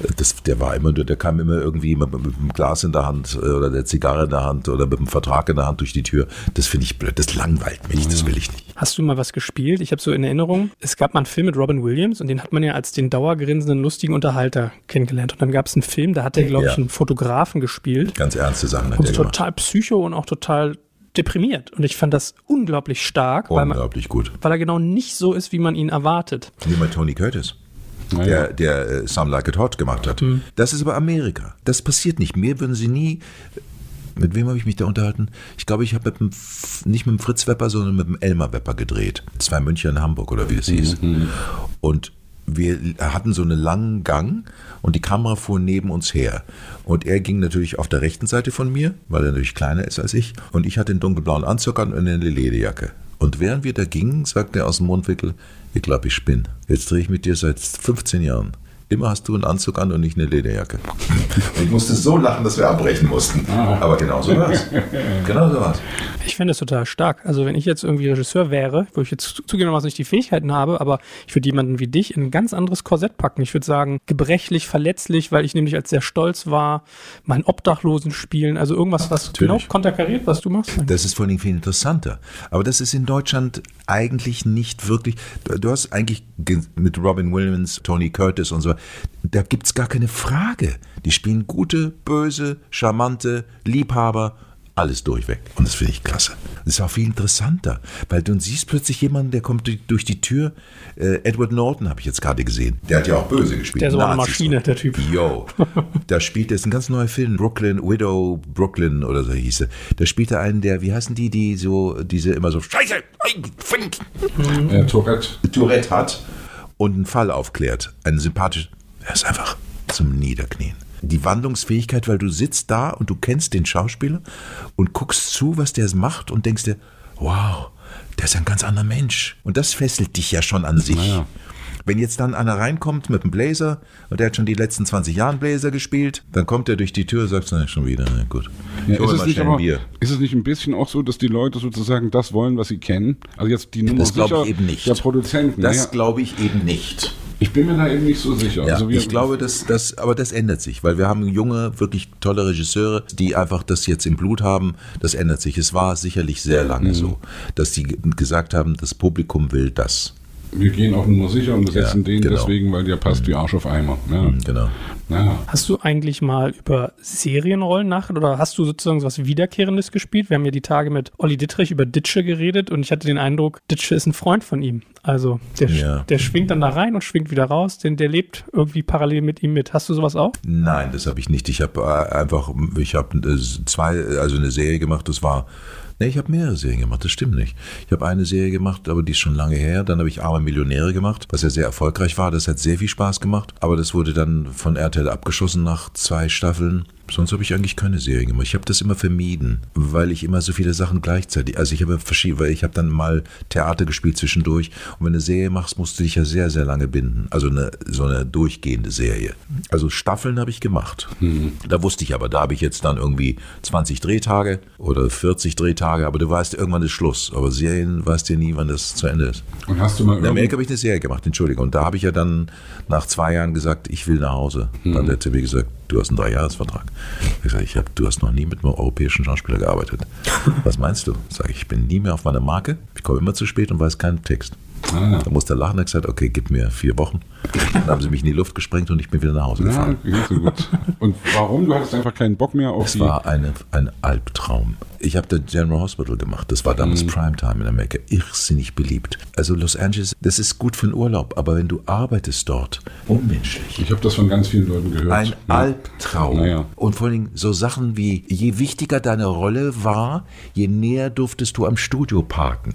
Der kam immer irgendwie mit dem Glas in der Hand oder der Zigarre in der Hand oder mit dem Vertrag in der Hand durch die Tür. Das finde ich blöd, das langweilt mich, das will ich nicht. Hast du mal was gespielt? Ich habe so in Erinnerung, es gab mal einen Film mit Robin Williams und den hat man ja als den dauergrinsenden, lustigen Unterhalter kennengelernt. Und dann gab es einen Film, da hat er, glaube ich, einen Fotografen gespielt. Ganz ernste Sachen. Und total psycho und auch total deprimiert. Und ich fand das unglaublich stark. Gut. Weil er genau nicht so ist, wie man ihn erwartet. Wie bei Tony Curtis. Der Some Like It Hot gemacht hat. Das ist aber Amerika. Das passiert nicht. Mir würden sie nie... Mit wem habe ich mich da unterhalten? Ich glaube, ich habe nicht mit dem Fritz Wepper, sondern mit dem Elmar Wepper gedreht. 2 München in Hamburg oder wie es hieß. Und wir hatten so einen langen Gang und die Kamera fuhr neben uns her. Und er ging natürlich auf der rechten Seite von mir, weil er natürlich kleiner ist als ich. Und ich hatte einen dunkelblauen Anzug an und eine Lederjacke. Und während wir da gingen, sagte er aus dem Mundwinkel, ich glaube, ich spinne. Jetzt drehe ich mit dir seit 15 Jahren. Immer hast du einen Anzug an und nicht eine Lederjacke. Ich musste so lachen, dass wir abbrechen mussten. Aber genau so war es. Ich finde es total stark. Also wenn ich jetzt irgendwie Regisseur wäre, wo ich jetzt zugegebenermaßen nicht die Fähigkeiten habe, aber ich würde jemanden wie dich in ein ganz anderes Korsett packen. Ich würde sagen, gebrechlich, verletzlich, weil ich nämlich als sehr stolz war, meinen Obdachlosen spielen, also irgendwas, was genau konterkariert, was du machst. Das ist vor allem viel interessanter. Aber das ist in Deutschland eigentlich nicht wirklich. Du hast eigentlich mit Robin Williams, Tony Curtis und so, da gibt es gar keine Frage. Die spielen gute, böse, charmante, Liebhaber, alles durchweg. Und das finde ich klasse. Das ist auch viel interessanter, weil du siehst plötzlich jemanden, der kommt durch die Tür. Edward Norton habe ich jetzt gerade gesehen. Der hat ja auch böse gespielt. Der ist so eine Maschine, der Typ. Da spielt er, ist ein ganz neuer Film, Widow Brooklyn oder so hieß er. Da spielt er einen, der, wie heißen die diese immer so Scheiße, Tourette hat und einen Fall aufklärt. Einen sympathischen, er ist einfach zum Niederknien. Die Wandlungsfähigkeit, weil du sitzt da und du kennst den Schauspieler und guckst zu, was der macht und denkst dir, wow, der ist ein ganz anderer Mensch. Und das fesselt dich ja schon an sich. Naja. Wenn jetzt dann einer reinkommt mit einem Blazer und der hat schon die letzten 20 Jahre Blazer gespielt, dann kommt er durch die Tür und sagt, na, schon wieder, na gut. Ja, ist es nicht ein bisschen auch so, dass die Leute sozusagen das wollen, was sie kennen? Also jetzt die Nummer das glaube ich eben nicht. Der Produzenten. Das glaube ich eben nicht. Ich bin mir da eben nicht so sicher. Ja, also ich glaube, aber das ändert sich, weil wir haben junge, wirklich tolle Regisseure, die einfach das jetzt im Blut haben. Das ändert sich. Es war sicherlich sehr lange so, dass die gesagt haben, das Publikum will das. Wir gehen auf Nummer sicher und besetzen den deswegen, weil der passt wie Arsch auf Eimer. Ja. Genau. Ja. Hast du eigentlich mal über Serienrollen nachgedacht oder hast du sozusagen was Wiederkehrendes gespielt? Wir haben ja die Tage mit Olli Dittrich über Ditsche geredet und ich hatte den Eindruck, Ditsche ist ein Freund von ihm. Also der schwingt dann da rein und schwingt wieder raus, denn der lebt irgendwie parallel mit ihm mit. Hast du sowas auch? Nein, das habe ich nicht. Ich habe eine Serie gemacht, ich habe mehrere Serien gemacht, das stimmt nicht. Ich habe eine Serie gemacht, aber die ist schon lange her. Dann habe ich Arme Millionäre gemacht, was ja sehr erfolgreich war. Das hat sehr viel Spaß gemacht. Aber das wurde dann von RTL abgeschossen nach 2 Staffeln. Sonst habe ich eigentlich keine Serie gemacht. Ich habe das immer vermieden, weil ich immer so viele Sachen gleichzeitig, also ich habe dann mal Theater gespielt zwischendurch. Und wenn du eine Serie machst, musst du dich ja sehr, sehr lange binden. Also so eine durchgehende Serie. Also Staffeln habe ich gemacht. Da wusste ich aber, da habe ich jetzt dann irgendwie 20 Drehtage oder 40 Drehtage, aber du weißt, irgendwann ist Schluss. Aber Serien weißt du ja nie, wann das zu Ende ist. Und hast du mal in Amerika habe ich eine Serie gemacht, Entschuldigung. Und da habe ich ja dann nach 2 Jahren gesagt, ich will nach Hause. Dann hat der mir gesagt, du hast einen 3-Jahres-Vertrag. Ich sage, du hast noch nie mit einem europäischen Schauspieler gearbeitet. Was meinst du? Sage ich bin nie mehr auf meiner Marke. Ich komme immer zu spät und weiß keinen Text. Da musste er lachen und gesagt, okay, gib mir 4 Wochen. Dann haben sie mich in die Luft gesprengt und ich bin wieder nach Hause gefahren. Ja, so gut. Und warum? Du hattest einfach keinen Bock mehr auf Es war ein Albtraum. Ich habe das General Hospital gemacht. Das war damals Primetime in Amerika. Irrsinnig beliebt. Also Los Angeles, das ist gut für den Urlaub, aber wenn du arbeitest dort, unmenschlich. Ich habe das von ganz vielen Leuten gehört. Ein Albtraum. Naja. Und vor allem so Sachen wie, je wichtiger deine Rolle war, je näher durftest du am Studio parken.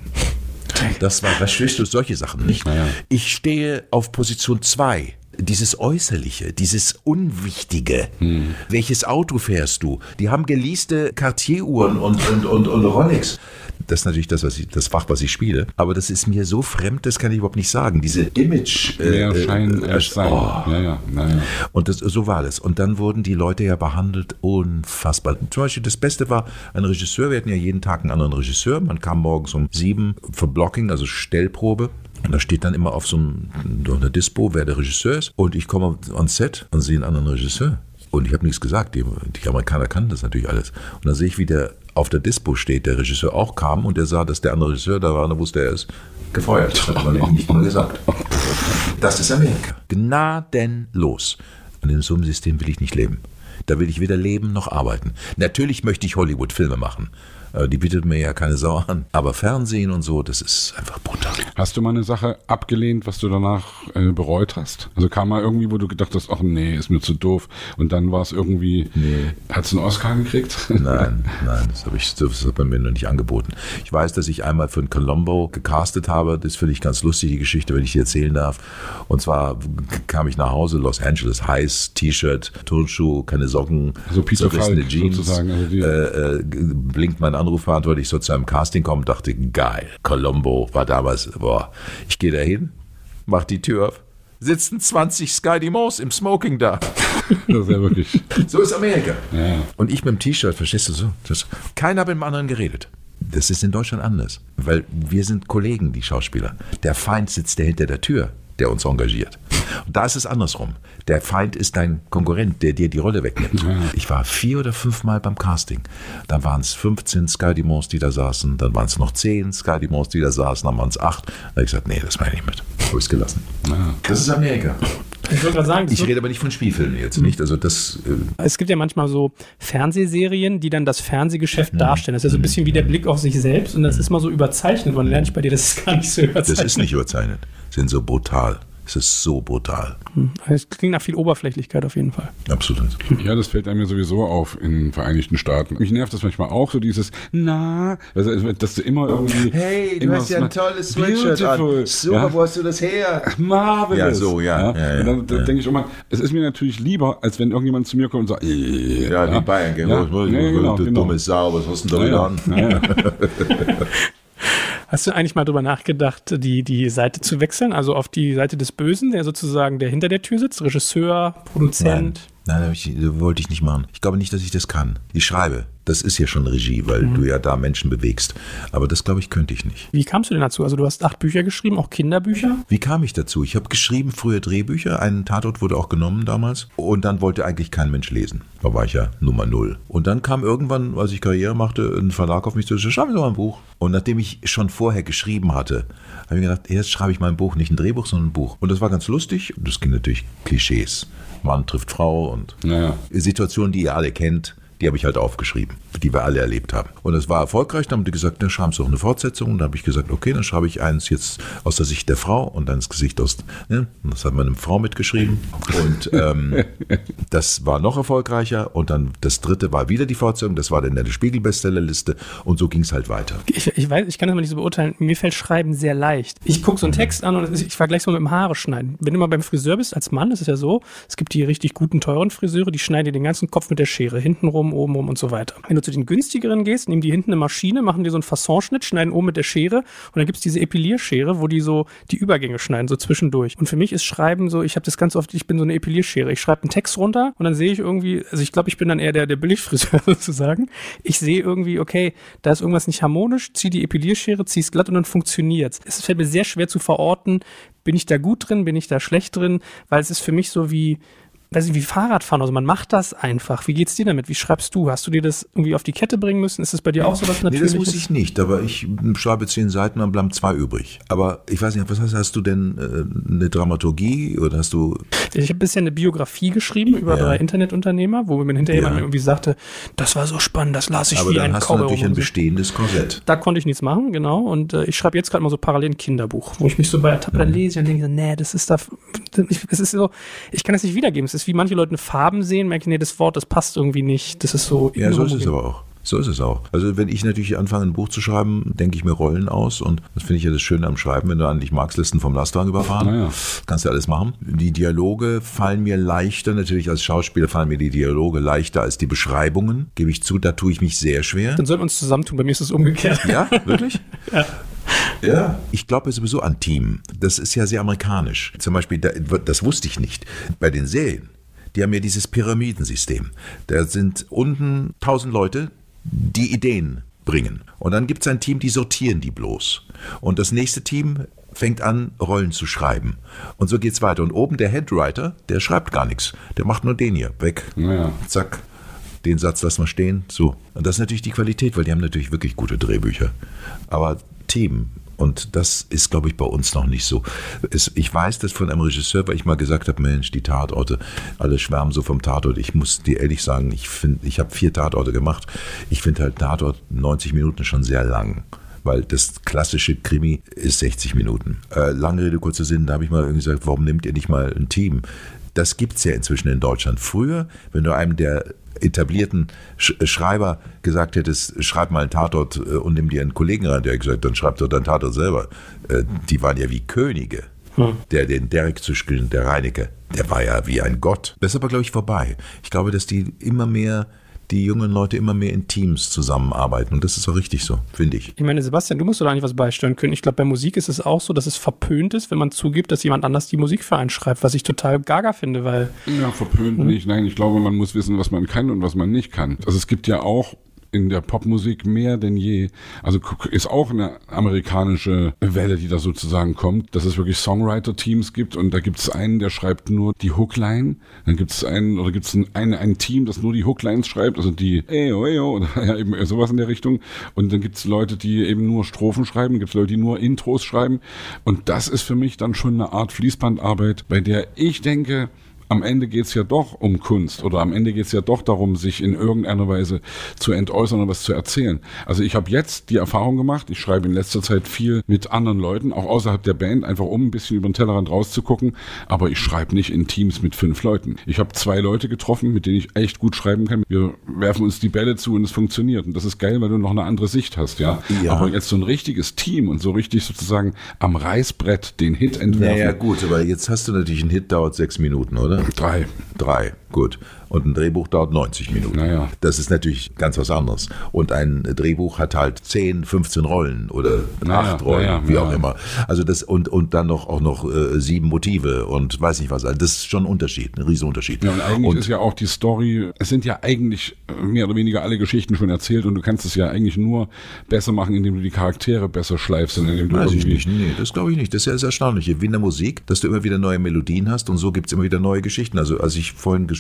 Das war, verstehst du, solche Sachen nicht. Naja. Ich stehe auf Position 2. Dieses Äußerliche, dieses Unwichtige. Welches Auto fährst du? Die haben geleaste Cartier-Uhren und Rolex. Das ist natürlich das Fach, was ich spiele. Aber das ist mir so fremd, das kann ich überhaupt nicht sagen. Diese Image. Mehr Schein als Sein. Ja. Und so war das. Und dann wurden die Leute ja behandelt unfassbar. Zum Beispiel das Beste war ein Regisseur. Wir hatten ja jeden Tag einen anderen Regisseur. Man kam morgens um 7 für Blocking, also Stellprobe. Und da steht dann immer auf so einer Dispo, wer der Regisseur ist. Und ich komme ans Set und sehe einen anderen Regisseur. Und ich habe nichts gesagt. Die Amerikaner kannten das natürlich alles. Und dann sehe ich, wie der auf der Dispo steht, der Regisseur auch kam und er sah, dass der andere Regisseur da war und er wusste, er ist gefeuert. Das hat man nicht mal gesagt. Das ist Amerika. Gnadenlos. Und in so einem System will ich nicht leben. Da will ich weder leben noch arbeiten. Natürlich möchte ich Hollywood-Filme machen. Die bietet mir ja keine Sau an. Aber Fernsehen und so, das ist einfach brutal. Hast du mal eine Sache abgelehnt, was du danach bereut hast? Also kam mal irgendwie, wo du gedacht hast, ach nee, ist mir zu doof. Und dann war es irgendwie, hast du einen Oscar gekriegt? Nein, das hat man mir noch nicht angeboten. Ich weiß, dass ich einmal für ein Columbo gecastet habe. Das finde ich ganz lustig, die Geschichte, wenn ich die erzählen darf. Und zwar kam ich nach Hause, Los Angeles, heiß, T-Shirt, Turnschuh, keine Socken, so Peter Falk Jeans, sozusagen. Also blinkt mein Anrufbeantworter, ich soll zu einem Casting kommen, dachte, geil, Columbo war damals, ich gehe da hin, mach die Tür auf, sitzen 20 Sky Moss im Smoking da. Das ist ja wirklich. So ist Amerika. Ja. Und ich mit dem T-Shirt, verstehst du so? Keiner hat mit dem anderen geredet. Das ist in Deutschland anders, weil wir sind Kollegen, die Schauspieler. Der Feind sitzt hinter der Tür, der uns engagiert. Und da ist es andersrum. Der Feind ist dein Konkurrent, der dir die Rolle wegnimmt. Ja. Ich war 4 oder 5 Mal beim Casting. Dann waren es 15 Sky-Dimons, die da saßen. Dann waren es noch 10 Sky-Dimons, die da saßen. Dann waren es 8. Da habe ich gesagt, nee, das meine ich nicht mit. Habe ich es gelassen. Ja. Das ist Amerika. Ich wollte gerade sagen, ich rede aber nicht von Spielfilmen jetzt, nicht? Also das. Es gibt ja manchmal so Fernsehserien, die dann das Fernsehgeschäft darstellen. Das ist ja so ein bisschen wie der Blick auf sich selbst und das ist mal so überzeichnet. Und dann lerne ich bei dir, das ist gar nicht so überzeichnet. Das ist nicht überzeichnet. Sie sind so brutal. Es ist so brutal. Es klingt nach viel Oberflächlichkeit auf jeden Fall. Absolut. Ja, das fällt einem ja sowieso auf in den Vereinigten Staaten. Mich nervt das manchmal auch, so dieses, dass du immer irgendwie... Hey, du hast ja ein tolles Sweatshirt an. Super, wo hast du das her? Marvelous. Ja, so, ja. Und dann denke ich immer, es ist mir natürlich lieber, als wenn irgendjemand zu mir kommt und sagt, die Bayern, du dumme Sau, was hast du denn da wieder an? Hast du eigentlich mal drüber nachgedacht, die Seite zu wechseln, also auf die Seite des Bösen, der sozusagen der hinter der Tür sitzt, Regisseur, Produzent? Nein, wollte ich nicht machen. Ich glaube nicht, dass ich das kann. Ich schreibe. Das ist ja schon Regie, weil du ja da Menschen bewegst. Aber das, glaube ich, könnte ich nicht. Wie kamst du denn dazu? Also du hast 8 Bücher geschrieben, auch Kinderbücher? Wie kam ich dazu? Ich habe geschrieben früher Drehbücher. Ein Tatort wurde auch genommen damals. Und dann wollte eigentlich kein Mensch lesen. Da war ich ja Nummer 0. Und dann kam irgendwann, als ich Karriere machte, ein Verlag auf mich zu, schreib mir doch mal ein Buch. Und nachdem ich schon vorher geschrieben hatte, habe ich mir gedacht, jetzt schreibe ich mal ein Buch, nicht ein Drehbuch, sondern ein Buch. Und das war ganz lustig. Das ging natürlich Klischees. Mann trifft Frau und Situationen, die ihr alle kennt. Die habe ich halt aufgeschrieben, die wir alle erlebt haben. Und es war erfolgreich, dann haben die gesagt, dann schreiben Sie auch eine Fortsetzung. Und dann habe ich gesagt, okay, dann schreibe ich eins jetzt aus der Sicht der Frau und dann das Gesicht aus, ne? Und das hat meine Frau mitgeschrieben. Und das war noch erfolgreicher. Und dann das dritte war wieder die Fortsetzung, das war dann eine Spiegel-Bestsellerliste und so ging es halt weiter. Ich weiß, ich kann das mal nicht so beurteilen, mir fällt Schreiben sehr leicht. Ich gucke so einen Text an und ich vergleiche es mal mit dem Haare schneiden. Wenn du mal beim Friseur bist als Mann, ist es ja so, es gibt die richtig guten, teuren Friseure, die schneiden dir den ganzen Kopf mit der Schere, hintenrum, obenrum und so weiter. Wenn du zu den günstigeren gehst, nehmen die hinten eine Maschine, machen dir so einen Fassonschnitt, schneiden oben mit der Schere und dann gibt es diese Epilierschere, wo die so die Übergänge schneiden, so zwischendurch. Und für mich ist Schreiben so, ich habe das ganz oft, ich bin so eine Epilierschere. Ich schreibe einen Text runter und dann sehe ich irgendwie, also ich glaube, ich bin dann eher der Billigfriseur sozusagen. Ich sehe irgendwie, okay, da ist irgendwas nicht harmonisch, zieh die Epilierschere, zieh's glatt und dann funktioniert's. Es fällt mir sehr schwer zu verorten, bin ich da gut drin, bin ich da schlecht drin, weil es ist für mich so wie, weiß nicht, wie Fahrradfahren, also man macht das einfach. Wie geht's dir damit? Wie schreibst du? Hast du dir das irgendwie auf die Kette bringen müssen? Ist das bei dir auch so was Natürliches? Nee, das muss ich nicht, aber ich schreibe 10 Seiten, dann bleiben 2 übrig. Aber ich weiß nicht, was hast du denn, eine Dramaturgie oder hast du... Ich habe bisher eine Biografie geschrieben über 3 Internetunternehmer, wo mir hinterher jemand irgendwie sagte, das war so spannend, das las ich aber wie ein Cowboy. Aber dann hast du natürlich ein bestehendes Korsett. Da konnte ich nichts machen, genau. Und ich schreibe jetzt gerade mal so parallel ein Kinderbuch, wo ich mich so bei ertappe, dann lese und denke so, nee, das ist da, es ist so, ich kann das nicht wiedergeben. Es ist wie manche Leute eine Farben sehen, merke ich, nee, das Wort, das passt irgendwie nicht. Das ist so. Ja, so ist es aber auch. So ist es auch. Also wenn ich natürlich anfange, ein Buch zu schreiben, denke ich mir Rollen aus und das finde ich ja das Schöne am Schreiben, wenn du eigentlich Marx-Listen vom Lastwagen überfahren, kannst du alles machen. Die Dialoge fallen mir leichter, natürlich als Schauspieler fallen mir die Dialoge leichter als die Beschreibungen, gebe ich zu, da tue ich mich sehr schwer. Dann sollten wir uns zusammentun, bei mir ist es umgekehrt. Ja, wirklich? Ja. Ja, ich glaube sowieso an Team. Das ist ja sehr amerikanisch. Zum Beispiel, das wusste ich nicht, bei den Serien. Die haben ja dieses Pyramidensystem. Da sind unten 1000 Leute, die Ideen bringen. Und dann gibt es ein Team, die sortieren die bloß. Und das nächste Team fängt an, Rollen zu schreiben. Und so geht's weiter. Und oben der Headwriter, der schreibt gar nichts. Der macht nur den hier. Weg. Ja. Zack. Den Satz lassen wir stehen. So. Und das ist natürlich die Qualität, weil die haben natürlich wirklich gute Drehbücher. Aber Team. Und das ist, glaube ich, bei uns noch nicht so. Ich weiß das von einem Regisseur, weil ich mal gesagt habe, Mensch, die Tatorte, alle schwärmen so vom Tatort. Ich muss dir ehrlich sagen, ich habe 4 Tatorte gemacht. Ich finde halt Tatort 90 Minuten schon sehr lang. Weil das klassische Krimi ist 60 Minuten. Lange Rede, kurzer Sinn, da habe ich mal irgendwie gesagt, warum nehmt ihr nicht mal ein Team? Das gibt's ja inzwischen in Deutschland. Früher, wenn du einem der etablierten Schreiber gesagt hättest, schreib mal einen Tatort und nimm dir einen Kollegen rein, der hat gesagt, dann schreib doch deinen Tatort selber. Die waren ja wie Könige. Den Derek zu spielen, der Reinecke, der war ja wie ein Gott. Das ist aber, glaube ich, vorbei. Ich glaube, dass die jungen Leute immer mehr in Teams zusammenarbeiten. Und das ist auch richtig so, finde ich. Ich meine, Sebastian, du musst doch eigentlich was beisteuern können. Ich glaube, bei Musik ist es auch so, dass es verpönt ist, wenn man zugibt, dass jemand anders die Musik für einen schreibt, was ich total gaga finde, weil... Ja, verpönt nicht. Nein, ich glaube, man muss wissen, was man kann und was man nicht kann. Also es gibt ja auch in der Popmusik mehr denn je. Also ist auch eine amerikanische Welle, die da sozusagen kommt, dass es wirklich Songwriter-Teams gibt und da gibt es einen, der schreibt nur die Hookline, dann gibt es ein Team, das nur die Hooklines schreibt, also die Eyo oder ja, eben sowas in der Richtung und dann gibt es Leute, die eben nur Strophen schreiben, gibt es Leute, die nur Intros schreiben und das ist für mich dann schon eine Art Fließbandarbeit, bei der ich denke, am Ende geht's ja doch um Kunst oder am Ende geht's ja doch darum, sich in irgendeiner Weise zu entäußern und was zu erzählen. Also ich habe jetzt die Erfahrung gemacht, ich schreibe in letzter Zeit viel mit anderen Leuten, auch außerhalb der Band, einfach um ein bisschen über den Tellerrand rauszugucken, aber ich schreibe nicht in Teams mit 5 Leuten. Ich habe 2 Leute getroffen, mit denen ich echt gut schreiben kann. Wir werfen uns die Bälle zu und es funktioniert und das ist geil, weil du noch eine andere Sicht hast, ja. Aber jetzt so ein richtiges Team und so richtig sozusagen am Reißbrett den Hit entwerfen. Naja gut, aber jetzt hast du natürlich einen Hit, dauert 6 Minuten, oder? 3, gut. Und ein Drehbuch dauert 90 Minuten. Naja. Das ist natürlich ganz was anderes. Und ein Drehbuch hat halt 10, 15 Rollen oder 8 Rollen, wie auch immer. Also das und dann auch noch 7 Motive und weiß nicht was. Also das ist schon ein Unterschied, ein Riesenunterschied. Ja, und eigentlich ist ja auch die Story, es sind ja eigentlich mehr oder weniger alle Geschichten schon erzählt und du kannst es ja eigentlich nur besser machen, indem du die Charaktere besser schleifst. Indem du weiß ich nicht. Nee, das glaube ich nicht. Das ist ja das Erstaunliche. Wie in der Musik, dass du immer wieder neue Melodien hast und so gibt es immer wieder neue Geschichten. Also als ich vorhin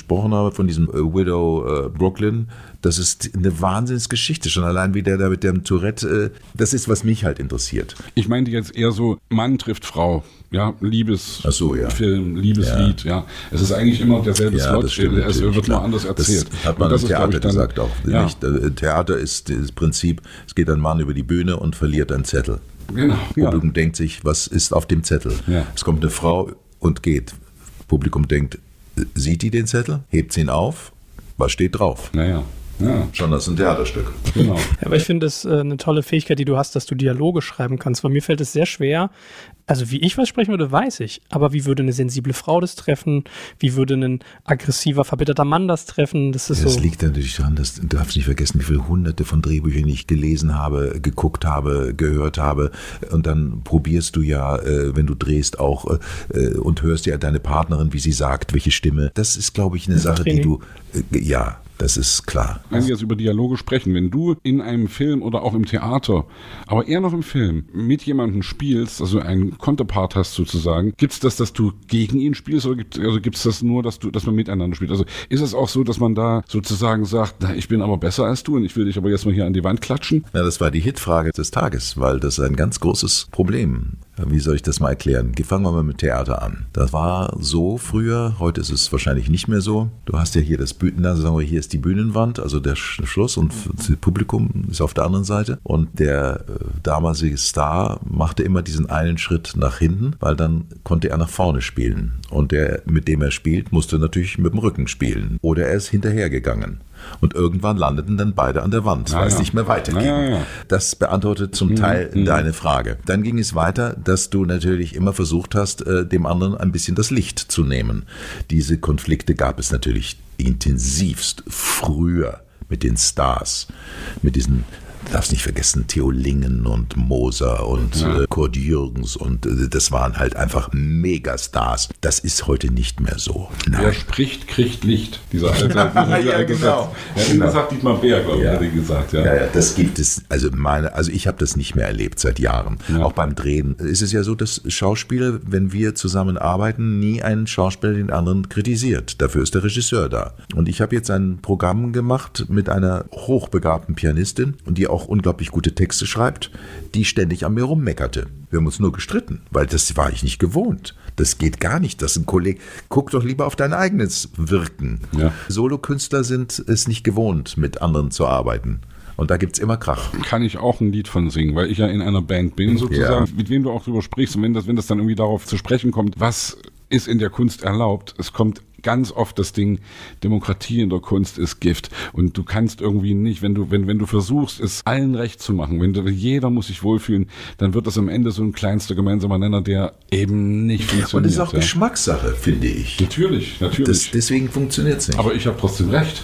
gesprochen habe, von diesem Widow Brooklyn, das ist eine Wahnsinnsgeschichte. Schon allein wie der da mit dem Tourette, das ist, was mich halt interessiert. Ich meinte jetzt eher so, Mann trifft Frau. Ja, Liebesfilm, Liebeslied, ja. Es ist eigentlich immer derselbe Slot, es wird nur anders erzählt. Das hat man im Theater gesagt auch. Ja. Nicht? Theater ist das Prinzip, es geht ein Mann über die Bühne und verliert einen Zettel. Genau. Publikum denkt sich, was ist auf dem Zettel? Ja. Es kommt eine Frau und geht. Publikum denkt, sieht die den Zettel? Hebt sie ihn auf? Was steht drauf? Naja. Ja. Schon das ist ein Theaterstück. Genau. Ja, aber ich finde es eine tolle Fähigkeit, die du hast, dass du Dialoge schreiben kannst. Bei mir fällt es sehr schwer. Also wie ich was sprechen würde, weiß ich. Aber wie würde eine sensible Frau das treffen? Wie würde ein aggressiver, verbitterter Mann das treffen? Das liegt natürlich daran, dass du darfst nicht vergessen, wie viele hunderte von Drehbüchern ich gelesen habe, geguckt habe, gehört habe. Und dann probierst du ja, wenn du drehst, auch und hörst ja deine Partnerin, wie sie sagt, welche Stimme. Das ist, glaube ich, eine Sache, die du, das ist klar. Wenn wir jetzt über Dialoge sprechen, wenn du in einem Film oder auch im Theater, aber eher noch im Film, mit jemandem spielst, also einen Konterpart hast sozusagen, gibt es das, dass du gegen ihn spielst oder gibt es das nur, dass man miteinander spielt? Also ist es auch so, dass man da sozusagen sagt, na, ich bin aber besser als du und ich will dich aber jetzt mal hier an die Wand klatschen? Ja, das war die Hitfrage des Tages, weil das ist ein ganz großes Problem. Wie soll ich das mal erklären? Fangen wir mal mit Theater an. Das war so früher, heute ist es wahrscheinlich nicht mehr so. Du hast ja hier hier ist die Bühnenwand, also der Schluss und das Publikum ist auf der anderen Seite. Und der damalige Star machte immer diesen einen Schritt nach hinten, weil dann konnte er nach vorne spielen. Und der, mit dem er spielt, musste natürlich mit dem Rücken spielen. Oder er ist hinterhergegangen. Und irgendwann landeten dann beide an der Wand, weil es nicht mehr weiterging. Ja. Das beantwortet zum Teil deine Frage. Dann ging es weiter, dass du natürlich immer versucht hast, dem anderen ein bisschen das Licht zu nehmen. Diese Konflikte gab es natürlich intensivst früher mit den Stars, mit diesen, du darfst nicht vergessen, Theo Lingen und Moser und Kurt Jürgens und das waren halt einfach Megastars. Das ist heute nicht mehr so. Nein. Wer spricht, kriegt Licht. Dieser alte genau. Das sagt Dietmar Bär, glaube ich, hat er gesagt. Ja, das gibt es. Also ich habe das nicht mehr erlebt seit Jahren. Ja. Auch beim Drehen ist es ja so, dass Schauspieler, wenn wir zusammen arbeiten, nie einen Schauspieler den anderen kritisiert. Dafür ist der Regisseur da. Und ich habe jetzt ein Programm gemacht mit einer hochbegabten Pianistin und die auch unglaublich gute Texte schreibt, die ständig an mir rummeckerte. Wir haben uns nur gestritten, weil das war ich nicht gewohnt. Das geht gar nicht, dass ein Kollege, guck doch lieber auf dein eigenes Wirken. Ja. Solokünstler sind es nicht gewohnt, mit anderen zu arbeiten. Und da gibt's immer Krach. Kann ich auch ein Lied von singen, weil ich ja in einer Band bin sozusagen, mit wem du auch drüber sprichst. Und wenn das dann irgendwie darauf zu sprechen kommt, was ist in der Kunst erlaubt, es kommt ganz oft das Ding, Demokratie in der Kunst ist Gift. Und du kannst irgendwie nicht, wenn du versuchst, es allen recht zu machen, jeder muss sich wohlfühlen, dann wird das am Ende so ein kleinster gemeinsamer Nenner, der eben nicht funktioniert. Und das ist auch Geschmackssache, finde ich. Natürlich. Deswegen funktioniert es nicht. Aber ich habe trotzdem recht.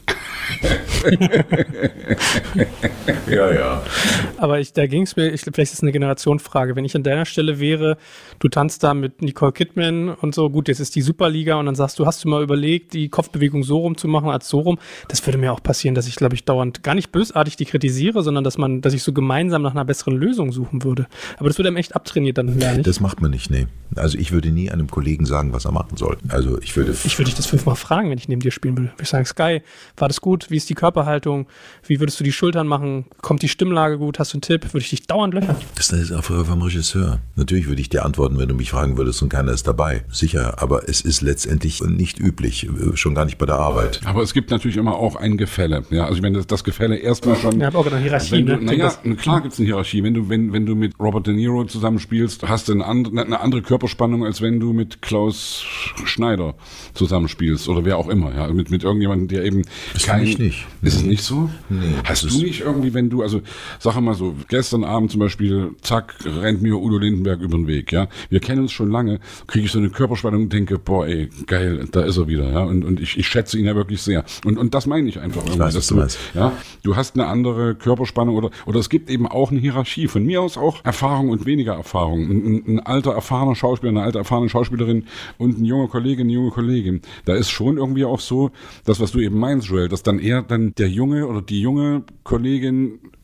Ja. Aber da ging es mir, vielleicht ist es eine Generationenfrage, wenn ich an deiner Stelle wäre, du tanzt da mit Nicole Kidman und so, gut, jetzt ist die Superliga und dann sagst du, hast du mal überlegt, die Kopfbewegung so rum zu machen als so rum? Das würde mir auch passieren, dass ich, glaube ich, dauernd gar nicht bösartig die kritisiere, sondern dass ich so gemeinsam nach einer besseren Lösung suchen würde. Aber das würde einem echt abtrainiert dann lernen. Das macht man nicht, nee. Also ich würde nie einem Kollegen sagen, was er machen soll. Also ich würde dich das 5-mal fragen, wenn ich neben dir spielen will. Würde ich sagen, Sky, war das gut? Wie ist die Körperhaltung? Wie würdest du die Schultern machen? Kommt die Stimmlage gut? Hast du einen Tipp? Würde ich dich dauernd löchern? Das ist auch vom Regisseur. Natürlich würde ich dir antworten, wenn du mich fragen würdest und keiner ist dabei. Sicher, aber es ist letztendlich nicht üblich, schon gar nicht bei derArbeit. Aber es gibt natürlich immer auch ein Gefälle. Ja, also ich meine, das Gefälle erstmal schon... Ja, aber auch eine Hierarchie. Klar gibt es eine Hierarchie. Wenn du mit Robert De Niro zusammenspielst, hast du eine andere Körperspannung, als wenn du mit Klaus Schneider zusammenspielst oder wer auch immer. Ja, mit irgendjemandem, der eben... Nicht. Ist es nicht so? Nee. Hast du nicht irgendwie, wenn du, also sag mal so, gestern Abend zum Beispiel, zack, rennt mir Udo Lindenberg über den Weg, ja. Wir kennen uns schon lange, kriege ich so eine Körperspannung und denke, boah ey, geil, da ist er wieder, ja. Und ich schätze ihn ja wirklich sehr. Und das meine ich einfach. Ich weiß, was du meinst. Ja, du hast eine andere Körperspannung oder es gibt eben auch eine Hierarchie. Von mir aus auch Erfahrung und weniger Erfahrung. Ein alter, erfahrener Schauspieler, eine alte, erfahrene Schauspielerin und ein junger Kollege, eine junge Kollegin. Da ist schon irgendwie auch so, das, was du eben meinst, Joel, dass dann eher der Junge oder die junge Kollegin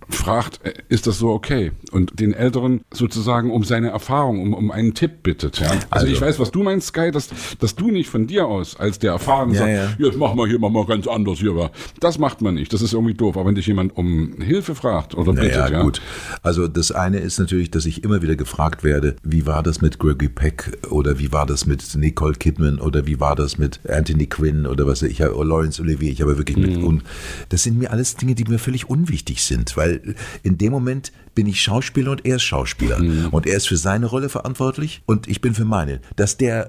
fragt, ist das so okay? Und den Älteren sozusagen um seine Erfahrung, um einen Tipp bittet. Ja? Also ich weiß, was du meinst, Sky, dass du nicht von dir aus als der Erfahrene sagst, jetzt mach mal ganz anders hier. Das macht man nicht, das ist irgendwie doof. Aber wenn dich jemand um Hilfe fragt oder bittet. Ja, gut. Also das eine ist natürlich, dass ich immer wieder gefragt werde, wie war das mit Gregory Peck oder wie war das mit Nicole Kidman oder wie war das mit Anthony Quinn oder was ich habe, Laurence Olivier, ich habe wirklich und das sind mir alles Dinge, die mir völlig unwichtig sind, weil in dem Moment bin ich Schauspieler und er ist Schauspieler. Und er ist für seine Rolle verantwortlich und ich bin für meine. Dass der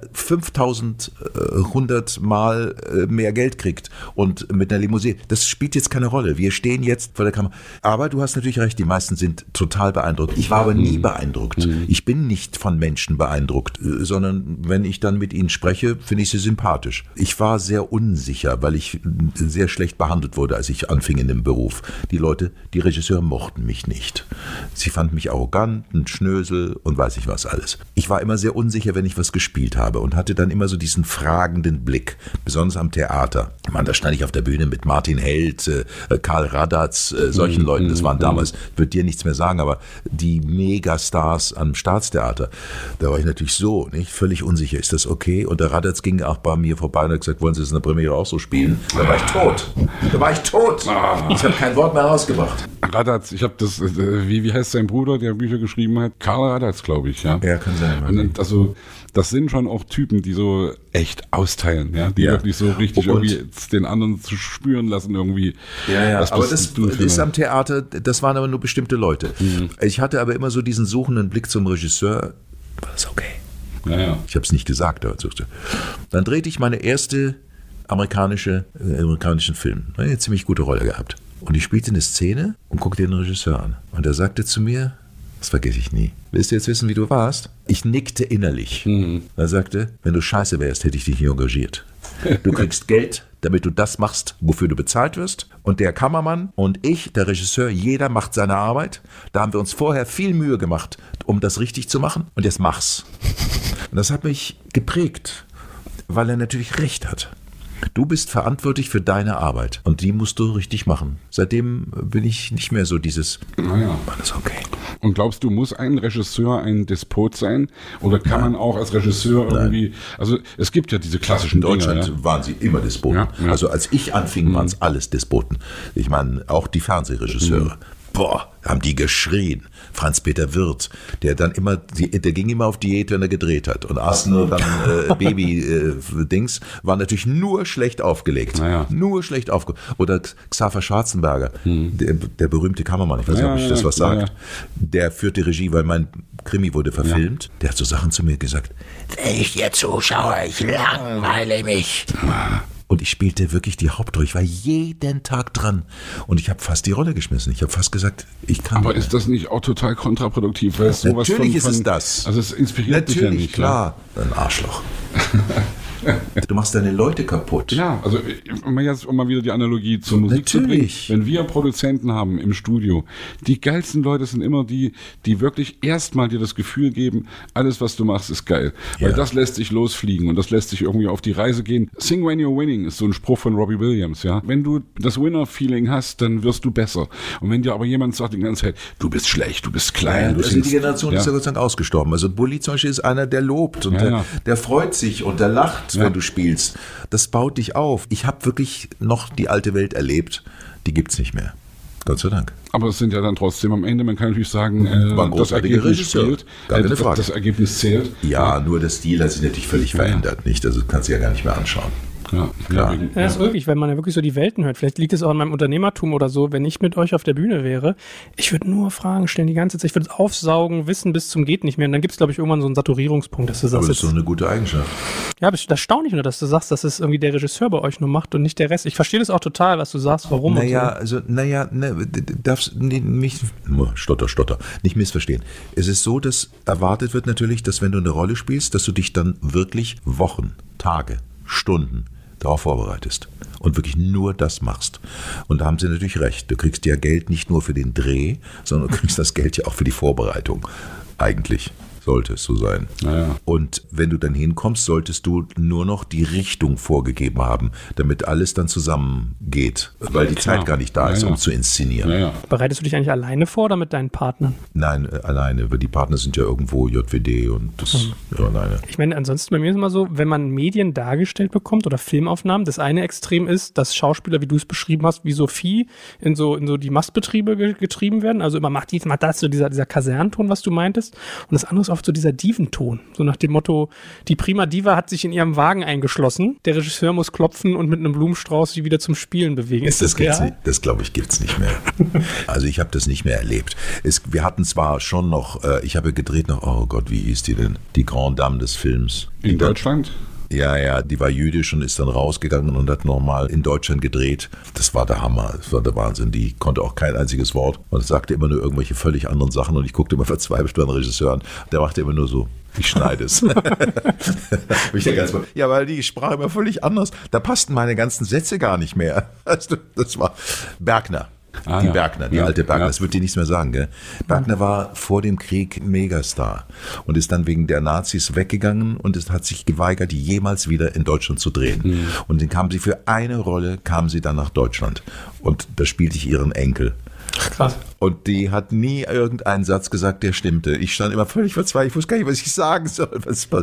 5.100 Mal mehr Geld kriegt und mit einer Limousine, das spielt jetzt keine Rolle. Wir stehen jetzt vor der Kamera. Aber du hast natürlich recht, die meisten sind total beeindruckt. Ich war aber nie beeindruckt. Ich bin nicht von Menschen beeindruckt, sondern wenn ich dann mit ihnen spreche, finde ich sie sympathisch. Ich war sehr unsicher, weil ich sehr schlecht behandelt wurde, als ich anfing in dem Beruf. Die Regisseure mochten mich nicht. Sie fanden mich arrogant, ein Schnösel und weiß ich was alles. Ich war immer sehr unsicher, wenn ich was gespielt habe und hatte dann immer so diesen fragenden Blick, besonders am Theater. Ich meine, da stand ich auf der Bühne mit Martin Held, Karl Radatz, solchen Leuten, das waren damals, ich würde dir nichts mehr sagen, aber die Megastars am Staatstheater, da war ich natürlich so, nicht völlig unsicher, ist das okay? Und der Radatz ging auch bei mir vorbei und hat gesagt, wollen Sie das in der Premiere auch so spielen? Da war ich tot. Ich habe kein Wort mehr rausgebracht. Radatz, ich habe das, wie heißt sein Bruder, der Bücher geschrieben hat? Karl Radatz, glaube ich, ja. Ja, kann sein. Und also, das sind schon auch Typen, die so echt austeilen, ja, die wirklich so richtig irgendwie den anderen zu spüren lassen irgendwie. Ja, aber das ist am Theater, das waren aber nur bestimmte Leute. Ich hatte aber immer so diesen suchenden Blick zum Regisseur, war das okay? Ja. Ich habe es nicht gesagt, aber dann drehte ich meine erste amerikanischen Film. Eine ziemlich gute Rolle gehabt. Und ich spielte eine Szene und guckte den Regisseur an. Und er sagte zu mir, das vergesse ich nie, willst du jetzt wissen, wie du warst? Ich nickte innerlich. Er sagte, wenn du scheiße wärst, hätte ich dich nicht engagiert. Du kriegst Geld, damit du das machst, wofür du bezahlt wirst. Und der Kameramann und ich, der Regisseur, jeder macht seine Arbeit. Da haben wir uns vorher viel Mühe gemacht, um das richtig zu machen. Und jetzt mach's. Und das hat mich geprägt, weil er natürlich recht hat. Du bist verantwortlich für deine Arbeit und die musst du richtig machen. Seitdem bin ich nicht mehr so dieses, alles okay. Und glaubst du, muss ein Regisseur ein Despot sein? Oder kann man auch als Regisseur irgendwie, also es gibt ja diese klassischen Dinge. In Deutschland Dinge, waren sie immer Despoten. Ja. Also als ich anfing, waren es alles Despoten. Ich meine, auch die Fernsehregisseure. Haben die geschrien. Franz-Peter Wirth, der ging immer auf Diät, wenn er gedreht hat. Und aß nur dann Baby-Dings, war natürlich nur schlecht aufgelegt. Nur schlecht aufgelegt. Oder Xaver Schwarzenberger, der berühmte Kameramann, ich weiß nicht, ob ich das was sagt. Der führte Regie, weil mein Krimi wurde verfilmt. Der hat so Sachen zu mir gesagt. Wenn ich dir zuschaue, ich langweile mich. Und ich spielte wirklich die Hauptrolle. Ich war jeden Tag dran. Und ich habe fast die Rolle geschmissen. Ich habe fast gesagt, ich kann Aber ist das nicht auch total kontraproduktiv? Weil sowas natürlich ist es das. Also es inspiriert dich ja nicht. Natürlich, klar. Ein Arschloch. Du machst deine Leute kaputt. Ja, also um mal wieder die Analogie zur Musik zu bringen. Wenn wir Produzenten haben im Studio, die geilsten Leute sind immer die wirklich erstmal dir das Gefühl geben, alles, was du machst, ist geil. Weil das lässt sich losfliegen und das lässt sich irgendwie auf die Reise gehen. Sing when you're winning ist so ein Spruch von Robbie Williams, ja. Wenn du das Winner-Feeling hast, dann wirst du besser. Und wenn dir aber jemand sagt die ganze Zeit, du bist schlecht, du bist klein. Also die Generation ist ja Gott sei Dank ausgestorben. Also Bulli zum Beispiel ist einer, der lobt und der freut sich und der lacht, wenn du spielst. Das baut dich auf. Ich habe wirklich noch die alte Welt erlebt. Die gibt's nicht mehr. Gott sei Dank. Aber es sind ja dann trotzdem am Ende, man kann natürlich sagen, das Ergebnis zählt. Das Ergebnis zählt. Ja, nur der Stil hat sich natürlich völlig verändert. Nicht? Also kannst du ja gar nicht mehr anschauen. Ja, das ist wirklich, wenn man ja wirklich so die Welten hört. Vielleicht liegt es auch in meinem Unternehmertum oder so. Wenn ich mit euch auf der Bühne wäre, ich würde nur Fragen stellen die ganze Zeit. Ich würde es aufsaugen, wissen bis zum geht nicht mehr. Und dann gibt es, glaube ich, irgendwann so einen Saturierungspunkt. Dass du sagst, aber das ist so eine gute Eigenschaft. Ja, aber das erstaunlich nur, dass du sagst, dass es irgendwie der Regisseur bei euch nur macht und nicht der Rest. Ich verstehe das auch total, was du sagst, warum. Stotter, nicht missverstehen. Es ist so, dass erwartet wird natürlich, dass wenn du eine Rolle spielst, dass du dich dann wirklich Wochen, Tage, Stunden darauf vorbereitest und wirklich nur das machst. Und da haben sie natürlich recht. Du kriegst ja Geld nicht nur für den Dreh, sondern du kriegst das Geld ja auch für die Vorbereitung. Eigentlich. sollte es so sein. Naja. Und wenn du dann hinkommst, solltest du nur noch die Richtung vorgegeben haben, damit alles dann zusammengeht, weil die Zeit gar nicht da ist, um zu inszenieren. Ja. Bereitest du dich eigentlich alleine vor oder mit deinen Partnern? Nein, alleine, weil die Partner sind ja irgendwo JWD und das alleine. Ich meine, ansonsten bei mir ist immer so, wenn man Medien dargestellt bekommt oder Filmaufnahmen, das eine Extrem ist, dass Schauspieler, wie du es beschrieben hast, wie Sophie in so die Mastbetriebe getrieben werden. Also immer macht dies, macht das, so dieser Kasernenton, was du meintest. Und das andere ist oft so dieser Diventon. So nach dem Motto, die Prima Diva hat sich in ihrem Wagen eingeschlossen, der Regisseur muss klopfen und mit einem Blumenstrauß sie wieder zum Spielen bewegen. Das glaube ich, gibt's nicht mehr. Also ich habe das nicht mehr erlebt. Wir hatten zwar schon noch, ich habe gedreht noch, oh Gott, wie hieß die denn? Die Grande Dame des Films. In Deutschland? Ja, die war jüdisch und ist dann rausgegangen und hat nochmal in Deutschland gedreht. Das war der Hammer, das war der Wahnsinn. Die konnte auch kein einziges Wort und sagte immer nur irgendwelche völlig anderen Sachen und ich guckte immer verzweifelt beim Regisseur an. Der machte immer nur so, ich schneide es. Ja, weil die sprach immer völlig anders. Da passten meine ganzen Sätze gar nicht mehr. Das war Bergner. Bergner, die alte Bergner, das wird dir nichts mehr sagen, gell? Bergner war vor dem Krieg ein Megastar und ist dann wegen der Nazis weggegangen und es hat sich geweigert, jemals wieder in Deutschland zu drehen. Und dann kam sie für eine Rolle, dann nach Deutschland und da spielte ich ihren Enkel. Krass. Und die hat nie irgendeinen Satz gesagt, der stimmte. Ich stand immer völlig verzweifelt, ich wusste gar nicht, was ich sagen soll.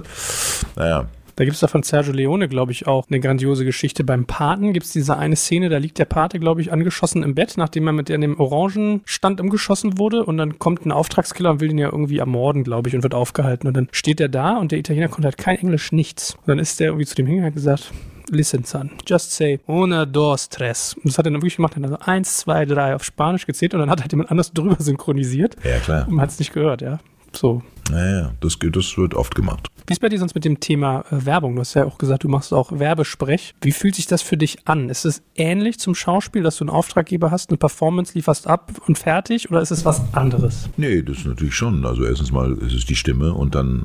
Naja. Da gibt es da von Sergio Leone, glaube ich, auch eine grandiose Geschichte. Beim Paten gibt es diese eine Szene, da liegt der Pate, glaube ich, angeschossen im Bett, nachdem er mit dem Orangenstand umgeschossen wurde. Und dann kommt ein Auftragskiller und will ihn ja irgendwie ermorden, glaube ich, und wird aufgehalten. Und dann steht er da und der Italiener konnte halt kein Englisch, nichts. Und dann ist der irgendwie zu dem hingegangen und gesagt, listen, son, just say, una, dos, tres. Und das hat er dann wirklich gemacht, er hat dann so 1, 2, 3 auf Spanisch gezählt und dann hat halt jemand anders drüber synchronisiert. Ja, klar. Und man hat es nicht gehört, ja. So. Naja, das wird oft gemacht. Wie ist bei dir sonst mit dem Thema Werbung? Du hast ja auch gesagt, du machst auch Werbesprech. Wie fühlt sich das für dich an? Ist es ähnlich zum Schauspiel, dass du einen Auftraggeber hast, eine Performance lieferst ab und fertig, oder ist es was anderes? Nee, das ist natürlich schon. Also erstens mal ist es die Stimme und dann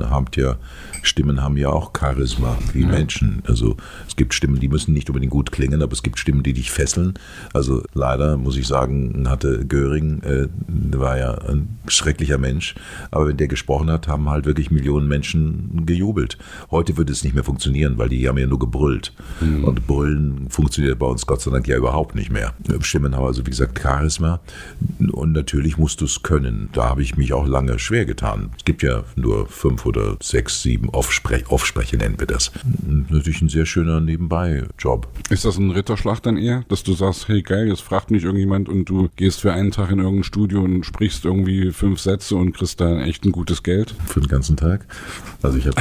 Stimmen haben ja auch Charisma wie Menschen. Also es gibt Stimmen, die müssen nicht unbedingt gut klingen, aber es gibt Stimmen, die dich fesseln. Also leider muss ich sagen, hatte Göring, der war ja ein schrecklicher Mensch, aber wenn der gesprochen hat, haben halt wirklich Millionen Menschen gejubelt. Heute würde es nicht mehr funktionieren, weil die haben ja nur gebrüllt. Und Brüllen funktioniert bei uns Gott sei Dank ja überhaupt nicht mehr. Stimmen haben also, wie gesagt, Charisma und natürlich musst du es können. Da habe ich mich auch lange schwer getan. Es gibt ja nur 5 oder 6, 7 Offsprecher nennen wir das. Natürlich ein sehr schöner Nebenbei-Job. Ist das ein Ritterschlag dann eher, dass du sagst, hey geil, jetzt fragt mich irgendjemand und du gehst für einen Tag in irgendein Studio und sprichst irgendwie 5 Sätze und kriegst da echt ein gutes Geld? Für den ganzen Tag. Also ich habe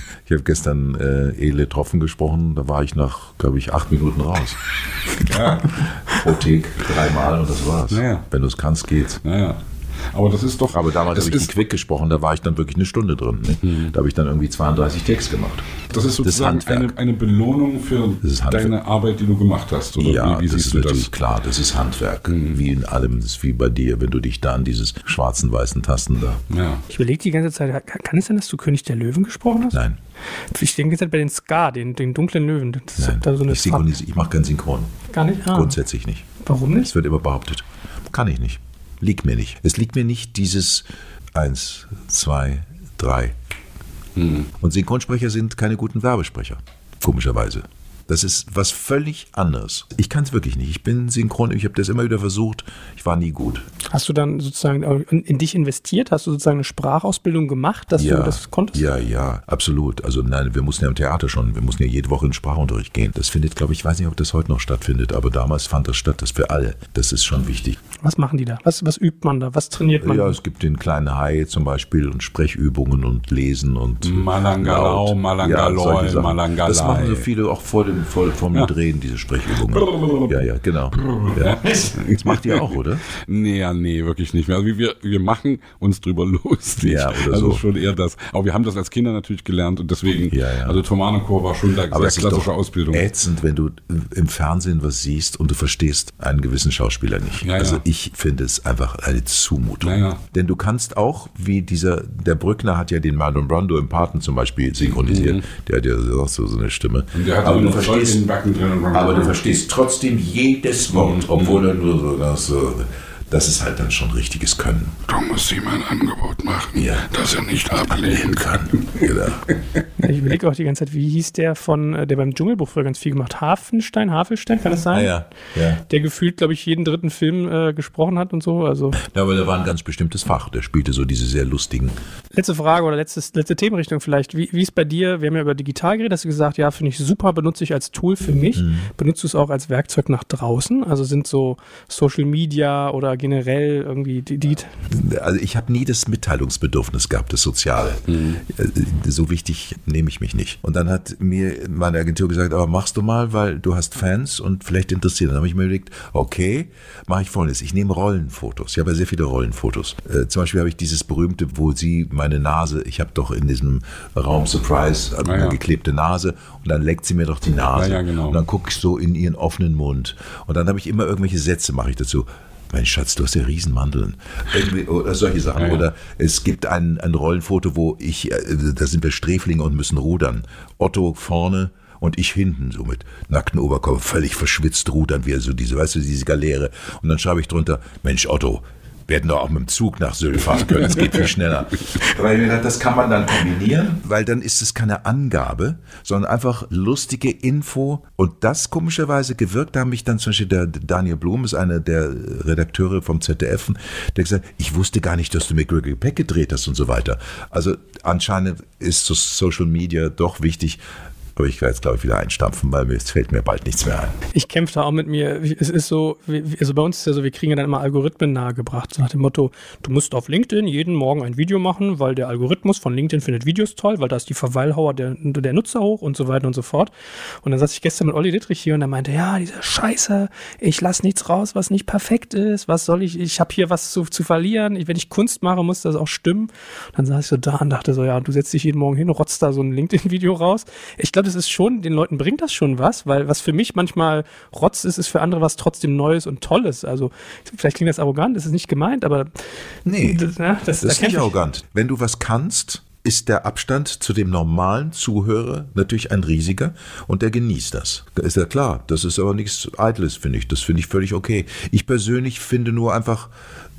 gestern Ele Tropfen gesprochen, da war ich nach, glaube ich, 8 Minuten raus. Ja. Pro Take 3 Mal und das war's. Naja. Wenn du es kannst, geht's. Naja. Aber das ist doch... Aber damals habe ich in Quick gesprochen, da war ich dann wirklich eine Stunde drin. Ne? Da habe ich dann irgendwie 32 Takes gemacht. Das ist sozusagen eine Belohnung für deine Arbeit, die du gemacht hast. Oder ja, wie das ist natürlich klar, das ist Handwerk. Wie in allem, das ist wie bei dir, wenn du dich da an dieses schwarzen, weißen Tasten da... Ja. Ich überlege die ganze Zeit, kann es sein, dass du König der Löwen gesprochen hast? Nein. Ich denke jetzt bei den Ska, den dunklen Löwen. Das Nein. Da so eine Ich mache keinen Synchron. Gar nicht? Grundsätzlich nicht. Warum nicht? Es wird immer behauptet. Kann ich nicht. Liegt mir nicht. Es liegt mir nicht dieses 1, 2, 3. Und Synchronsprecher sind keine guten Werbesprecher. Komischerweise. Das ist was völlig anderes. Ich kann es wirklich nicht. Ich bin synchron, ich habe das immer wieder versucht. Ich war nie gut. Hast du dann sozusagen in dich investiert? Hast du sozusagen eine Sprachausbildung gemacht, dass du das konntest? Ja, absolut. Also nein, wir mussten ja im Theater schon. Wir mussten ja jede Woche in den Sprachunterricht gehen. Das findet, glaube ich, weiß nicht, ob das heute noch stattfindet, aber damals fand das statt. Das für alle. Das ist schon wichtig. Was machen die da? Was übt man da? Was trainiert man? Ja, es gibt den kleinen Hai zum Beispiel und Sprechübungen und Lesen und Malangalau, Malangaloi, Malangalai. Das machen so viele auch vom Drehen, diese Sprechübungen. Ja, genau. Ja. Das macht ihr auch, oder? Nee, wirklich nicht mehr. Also wir machen uns drüber lustig. Ja, oder also so. Schon eher das. Aber wir haben das als Kinder natürlich gelernt und deswegen, also Thomanerchor war schon da sehr klassische Ausbildung. Ätzend, wenn du im Fernsehen was siehst und du verstehst einen gewissen Schauspieler nicht. Ja, also ich finde es einfach eine Zumutung. Ja. Denn du kannst auch, wie der Brückner hat ja den Marlon Brando im Paten zum Beispiel synchronisiert. Der hat ja auch so eine Stimme. Und der hat aber du verstehst trotzdem jedes Wort, obwohl er nur so Das ist halt dann schon richtiges Können. Du musst ihm ein Angebot machen, ja, das er nicht ablehnen kann. Genau. Ich überlege auch die ganze Zeit, wie hieß der der beim Dschungelbuch früher ganz viel gemacht? Hafelstein, kann das sein? Ja. Der gefühlt, glaube ich, jeden dritten Film gesprochen hat und so. Also. Ja, aber der war ein ganz bestimmtes Fach. Der spielte so diese sehr lustigen. Letzte Frage oder letzte Themenrichtung vielleicht. Wie ist bei dir? Wir haben ja über digital geredet, hast du gesagt, ja, finde ich super, benutze ich als Tool für mich. Benutzt du es auch als Werkzeug nach draußen? Also sind so Social Media oder generell irgendwie Also ich habe nie das Mitteilungsbedürfnis gehabt, das Soziale. So wichtig nehme ich mich nicht. Und dann hat mir meine Agentur gesagt, aber machst du mal, weil du hast Fans und vielleicht interessiert. Dann habe ich mir überlegt, okay, mache ich Folgendes. Ich nehme Rollenfotos. Ich habe ja sehr viele Rollenfotos. Zum Beispiel habe ich dieses berühmte, wo sie meine Nase, ich habe doch in diesem Raum Surprise eine geklebte Nase und dann leckt sie mir doch die Nase. Ja, genau. Und dann gucke ich so in ihren offenen Mund. Und dann habe ich immer irgendwelche Sätze, mache ich dazu. Mein Schatz, du hast ja Riesenmandeln. Oder solche Sachen. Ja. Oder es gibt ein Rollenfoto, wo da sind wir Sträflinge und müssen rudern. Otto vorne und ich hinten, so mit nacktem Oberkörper, völlig verschwitzt rudern wir, so diese Galeere. Und dann schreibe ich drunter, Mensch Otto, wir hätten doch auch mit dem Zug nach Sylt fahren können, es geht viel schneller. Aber ich mir gedacht, das kann man dann kombinieren, weil dann ist es keine Angabe, sondern einfach lustige Info. Und das komischerweise gewirkt, da haben mich dann zum Beispiel der Daniel Blum, ist einer der Redakteure vom ZDF, der gesagt, ich wusste gar nicht, dass du mit Gregory Peck gedreht hast und so weiter. Also anscheinend ist so Social Media doch wichtig. Aber ich werde jetzt, glaube ich, wieder einstampfen, weil es fällt mir bald nichts mehr ein. Ich kämpfe da auch mit mir. Es ist so, also bei uns ist ja so, wir kriegen ja dann immer Algorithmen nahegebracht. So nach dem Motto, du musst auf LinkedIn jeden Morgen ein Video machen, weil der Algorithmus von LinkedIn findet Videos toll, weil da ist die Verweildauer der Nutzer hoch und so weiter und so fort. Und dann saß ich gestern mit Olli Dittrich hier und er meinte, ja, diese Scheiße, ich lasse nichts raus, was nicht perfekt ist. Was soll ich habe hier was zu verlieren. Wenn ich Kunst mache, muss das auch stimmen. Und dann saß ich so da und dachte so, ja, du setzt dich jeden Morgen hin, rotzt da so ein LinkedIn-Video raus. Ich glaube, das ist schon, den Leuten bringt das schon was, weil was für mich manchmal Rotz ist, ist für andere was trotzdem Neues und Tolles. Also vielleicht klingt das arrogant, das ist nicht gemeint, aber nee, das ist nicht arrogant. Wenn du was kannst, ist der Abstand zu dem normalen Zuhörer natürlich ein riesiger und der genießt das. Ist ja klar, das ist aber nichts Eitles, finde ich. Das finde ich völlig okay. Ich persönlich finde nur einfach,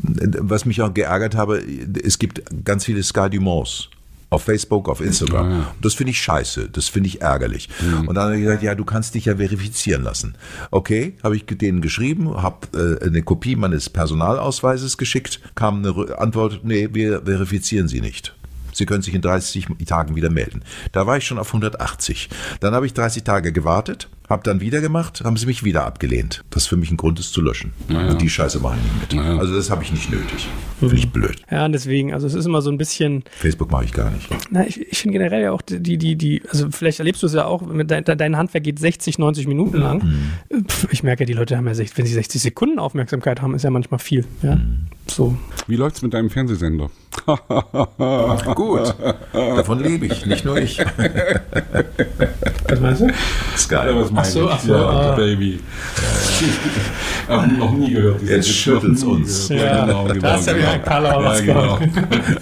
was mich auch geärgert habe, es gibt ganz viele Sky Dumont auf Facebook, auf Instagram. Ja. Das finde ich scheiße, das finde ich ärgerlich. Und dann habe ich gesagt, ja, du kannst dich ja verifizieren lassen. Okay, habe ich denen geschrieben, habe eine Kopie meines Personalausweises geschickt, kam eine Antwort, nee, wir verifizieren Sie nicht. Sie können sich in 30 Tagen wieder melden. Da war ich schon auf 180. Dann habe ich 30 Tage gewartet, habe dann wieder gemacht, haben sie mich wieder abgelehnt. Das ist für mich ein Grund, es zu löschen. Ja. Und die Scheiße mache ich nicht mit. Ja. Also das habe ich nicht nötig. Finde ich blöd. Ja, und deswegen, also es ist immer so ein bisschen... Facebook mache ich gar nicht. Na, ich finde generell ja auch also vielleicht erlebst du es ja auch, dein Handwerk geht 60, 90 Minuten lang. Ich merke ja, die Leute haben ja, wenn sie 60 Sekunden Aufmerksamkeit haben, ist ja manchmal viel. Ja? So. Wie läuft's mit deinem Fernsehsender? Gut, davon lebe ich, nicht nur ich. Was meinst du? Sky. Ach so, Baby. Hab noch nie gehört. Jetzt schüttelt's uns. Ja, genau. Da ist ja wieder ein Color rausgekommen.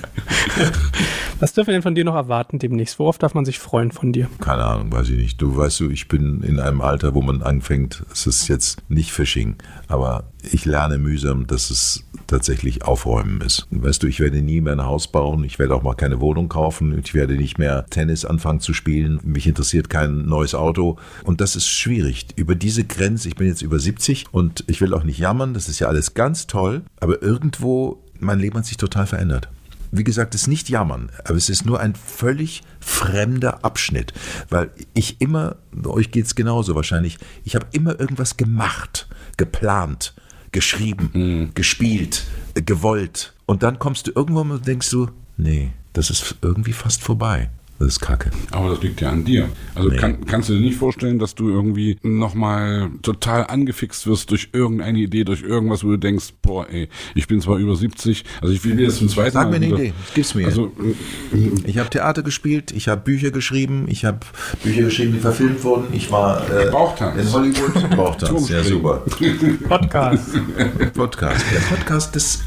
Was dürfen wir denn von dir noch erwarten demnächst? Worauf darf man sich freuen von dir? Keine Ahnung, weiß ich nicht. Du weißt, ich bin in einem Alter, wo man anfängt, es ist jetzt nicht Phishing, aber ich lerne mühsam, dass es tatsächlich Aufräumen ist. Weißt du, ich werde nie mehr ein Haus bauen, ich werde auch mal keine Wohnung kaufen, ich werde nicht mehr Tennis anfangen zu spielen, mich interessiert kein neues Auto und das ist schwierig. Über diese Grenze, ich bin jetzt über 70 und ich will auch nicht jammern, das ist ja alles ganz toll, aber irgendwo, mein Leben hat sich total verändert. Wie gesagt, es ist nicht jammern, aber es ist nur ein völlig fremder Abschnitt, weil ich immer, euch geht es genauso wahrscheinlich, ich habe immer irgendwas gemacht, geplant, geschrieben, gespielt, gewollt und dann kommst du irgendwann und denkst du, nee, das ist irgendwie fast vorbei. Das ist Kacke. Aber das liegt ja an dir. Also kannst du dir nicht vorstellen, dass du irgendwie nochmal total angefixt wirst durch irgendeine Idee, durch irgendwas, wo du denkst, boah, ey, ich bin zwar über 70, also ich will dir das zum zweiten Mal... Sag mir eine Idee, gib's mir. Also, ich habe Theater gespielt, ich habe Bücher geschrieben, die verfilmt wurden, ich war in Hollywood. Bauchtanz, ja super. Podcast. Der Podcast, das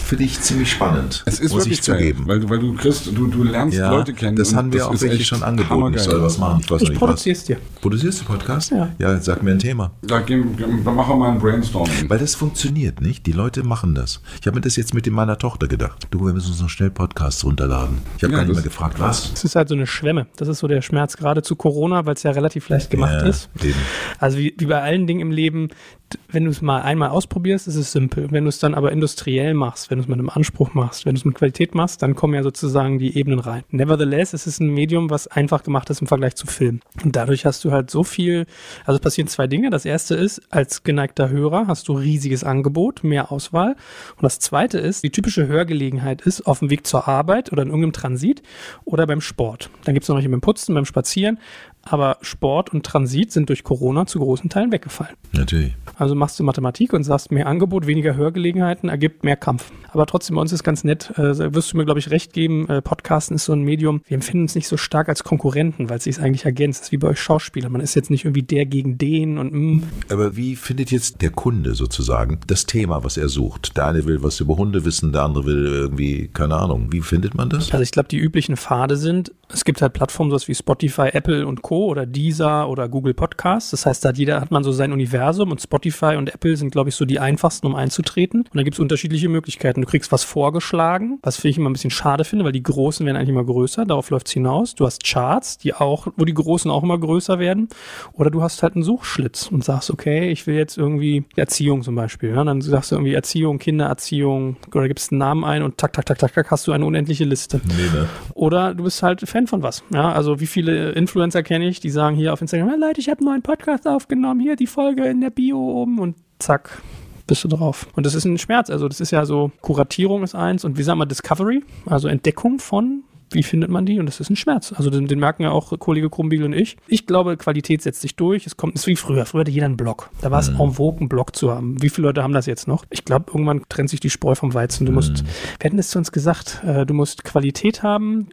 finde ich ziemlich spannend. Es ist wirklich zugeben. Weil du lernst Leute kennen. Das haben wir auch welche schon angeboten. Ich soll was machen. Ich produziere es dir. Produzierst du Podcast? Ja. Ja, sag mir ein Thema. Da machen wir mal ein Brainstorming. Weil das funktioniert nicht. Die Leute machen das. Ich habe mir das jetzt mit meiner Tochter gedacht. Du, wir müssen uns noch schnell Podcasts runterladen. Ich habe gar nicht mehr gefragt, was. Es ist halt so eine Schwemme. Das ist so der Schmerz gerade zu Corona, weil es ja relativ leicht gemacht ist. Eben. Also wie bei allen Dingen im Leben, wenn du es mal einmal ausprobierst, ist es simpel. Wenn du es dann aber industriell machst, wenn du es mit einem Anspruch machst, wenn du es mit Qualität machst, dann kommen ja sozusagen die Ebenen rein. Nevertheless, es ist ein Medium, was einfach gemacht ist im Vergleich zu Film. Und dadurch hast du halt so viel, also passieren zwei Dinge. Das erste ist, als geneigter Hörer hast du riesiges Angebot, mehr Auswahl. Und das zweite ist, die typische Hörgelegenheit ist auf dem Weg zur Arbeit oder in irgendeinem Transit oder beim Sport. Dann gibt es noch welche beim Putzen, beim Spazieren. Aber Sport und Transit sind durch Corona zu großen Teilen weggefallen. Natürlich. Also machst du Mathematik und sagst, mehr Angebot, weniger Hörgelegenheiten ergibt mehr Kampf. Aber trotzdem, bei uns ist ganz nett, wirst du mir, glaube ich, recht geben, Podcasten ist so ein Medium, wir empfinden es nicht so stark als Konkurrenten, weil es sich eigentlich ergänzt. Das ist wie bei euch Schauspielern. Man ist jetzt nicht irgendwie der gegen den und Aber wie findet jetzt der Kunde sozusagen das Thema, was er sucht? Der eine will was über Hunde wissen, der andere will irgendwie, keine Ahnung. Wie findet man das? Also ich glaube, die üblichen Pfade sind, es gibt halt Plattformen sowas wie Spotify, Apple und Co. oder Deezer oder Google Podcasts. Das heißt, da hat man so sein Universum und Spotify und Apple sind, glaube ich, so die einfachsten, um einzutreten. Und da gibt es unterschiedliche Möglichkeiten. Du kriegst was vorgeschlagen, was ich immer ein bisschen schade finde, weil die Großen werden eigentlich immer größer. Darauf läuft es hinaus. Du hast Charts, wo die Großen auch immer größer werden. Oder du hast halt einen Suchschlitz und sagst, okay, ich will jetzt irgendwie Erziehung zum Beispiel. Ja? Dann sagst du irgendwie Erziehung, Kindererziehung oder gibst einen Namen ein und tak, hast du eine unendliche Liste. Nee, ne? Oder du bist halt Fan von was. Ja? Also wie viele Influencer kenne ich, die sagen hier auf Instagram, Leute, ich habe einen neuen Podcast aufgenommen, hier die Folge in der Bio oben und zack, bist du drauf. Und das ist ein Schmerz, also das ist ja so, Kuratierung ist eins und wie sagen wir Discovery, also Entdeckung von, wie findet man die? Und das ist ein Schmerz. Also den merken ja auch Kollege Krumbiegel und ich. Ich glaube, Qualität setzt sich durch. Es ist wie früher. Früher hatte jeder einen Blog. Da war es en vogue, einen Blog zu haben. Wie viele Leute haben das jetzt noch? Ich glaube, irgendwann trennt sich die Spreu vom Weizen. Wir hatten es zu uns gesagt, du musst Qualität haben.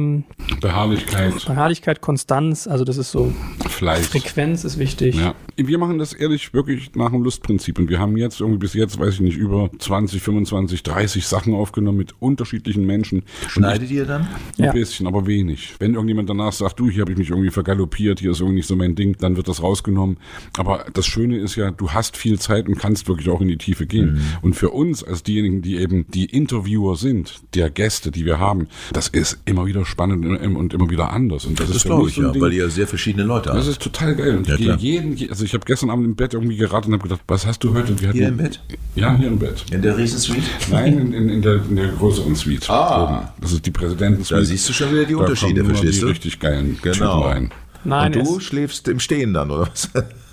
Beharrlichkeit, Konstanz. Also das ist so. Fleiß. Frequenz ist wichtig. Ja. Wir machen das ehrlich wirklich nach dem Lustprinzip. Und wir haben jetzt irgendwie bis jetzt, weiß ich nicht, über 20, 25, 30 Sachen aufgenommen mit unterschiedlichen Menschen. Schneidet ihr dann? Ein bisschen, aber wenig. Wenn irgendjemand danach sagt, du, hier habe ich mich irgendwie vergaloppiert, hier ist irgendwie nicht so mein Ding, dann wird das rausgenommen. Aber das Schöne ist ja, du hast viel Zeit und kannst wirklich auch in die Tiefe gehen. Und für uns als diejenigen, die eben die Interviewer sind, der Gäste, die wir haben, das ist immer wieder spannend und immer wieder anders. Und das ist glaube ich, ja, weil ihr sehr verschiedene Leute habt. Das ist total geil. Und also ich habe gestern Abend im Bett irgendwie geraten und habe gedacht, was hast du heute? Hier im Bett? Ja, hier im Bett. In der Riesensuite? Nein, in der größeren Suite. Ah. Das ist die Präsidentensuite. Da siehst du schon wieder die Unterschiede, verstehst du? Die richtig geilen Typen rein. Nein, und du schläfst im Stehen dann, oder was?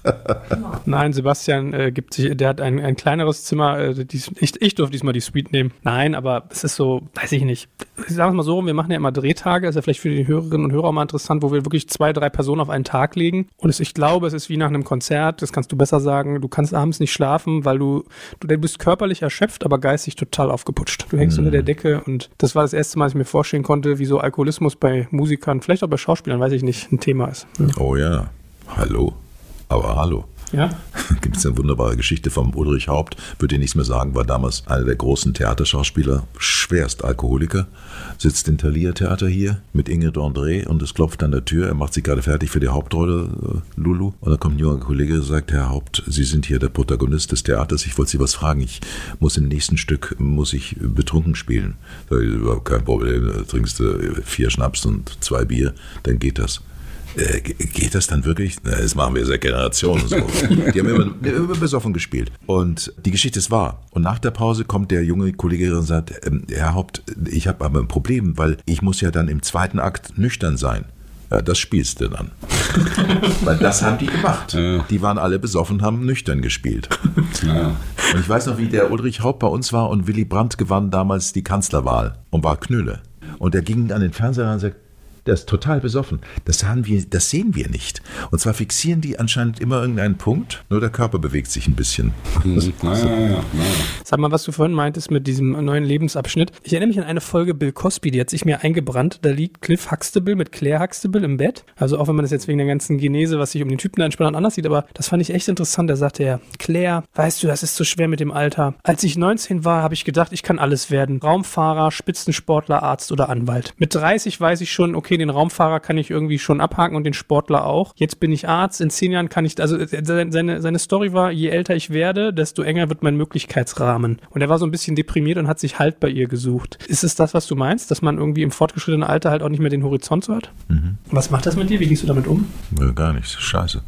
Nein, Sebastian der hat ein kleineres Zimmer. Ich durfte diesmal die Suite nehmen. Nein, aber es ist so, weiß ich nicht. Ich sage es mal so, wir machen ja immer Drehtage. Ist ja vielleicht für die Hörerinnen und Hörer auch mal interessant, wo wir wirklich 2, 3 Personen auf einen Tag legen. Und ich glaube, es ist wie nach einem Konzert. Das kannst du besser sagen. Du kannst abends nicht schlafen, weil du bist körperlich erschöpft, aber geistig total aufgeputscht. Du hängst unter der Decke und das war das erste Mal, dass ich mir vorstellen konnte, wie so Alkoholismus bei Musikern, vielleicht auch bei Schauspielern, weiß ich nicht, ein Thema ist. Oh ja, hallo. Aber hallo. Ja. Gibt es eine wunderbare Geschichte vom Ulrich Haupt, würde ich nichts mehr sagen, war damals einer der großen Theaterschauspieler, schwerst Alkoholiker, sitzt im Thalia Theater hier mit Ingrid André und es klopft an der Tür, er macht sich gerade fertig für die Hauptrolle, Lulu, und da kommt ein junger Kollege und sagt, Herr Haupt, Sie sind hier der Protagonist des Theaters, ich wollte Sie was fragen, ich muss im nächsten Stück, betrunken spielen. Da sag ich, überhaupt kein Problem, da trinkst du 4 Schnaps und 2 Bier, dann geht das. Geht das dann wirklich? Das machen wir seit Generationen so. Die haben immer besoffen gespielt. Und die Geschichte ist wahr. Und nach der Pause kommt der junge Kollege und sagt, Herr Haupt, ich habe aber ein Problem, weil ich muss ja dann im zweiten Akt nüchtern sein. Ja, das spielst du dann. Weil das haben die gemacht. Ja. Die waren alle besoffen, haben nüchtern gespielt. Ja. Und ich weiß noch, wie der Ulrich Haupt bei uns war und Willy Brandt gewann damals die Kanzlerwahl und war Knülle. Und er ging an den Fernseher und sagt, Der ist total besoffen. Das sehen wir nicht. Und zwar fixieren die anscheinend immer irgendeinen Punkt, nur der Körper bewegt sich ein bisschen. Ja. Sag mal, was du vorhin meintest mit diesem neuen Lebensabschnitt. Ich erinnere mich an eine Folge Bill Cosby, die hat sich mir eingebrannt. Da liegt Cliff Huxtable mit Claire Huxtable im Bett. Also auch wenn man das jetzt wegen der ganzen Genese, was sich um den Typen da entspannt anders sieht, aber das fand ich echt interessant. Da sagte er, Claire, weißt du, das ist so schwer mit dem Alter. Als ich 19 war, habe ich gedacht, ich kann alles werden. Raumfahrer, Spitzensportler, Arzt oder Anwalt. Mit 30 weiß ich schon, okay, den Raumfahrer kann ich irgendwie schon abhaken und den Sportler auch. Jetzt bin ich Arzt, in 10 Jahren kann ich, also seine Story war, je älter ich werde, desto enger wird mein Möglichkeitsrahmen. Und er war so ein bisschen deprimiert und hat sich Halt bei ihr gesucht. Ist es das, was du meinst, dass man irgendwie im fortgeschrittenen Alter halt auch nicht mehr den Horizont so hat? Mhm. Was macht das mit dir? Wie gehst du damit um? Ja, gar nichts. Scheiße.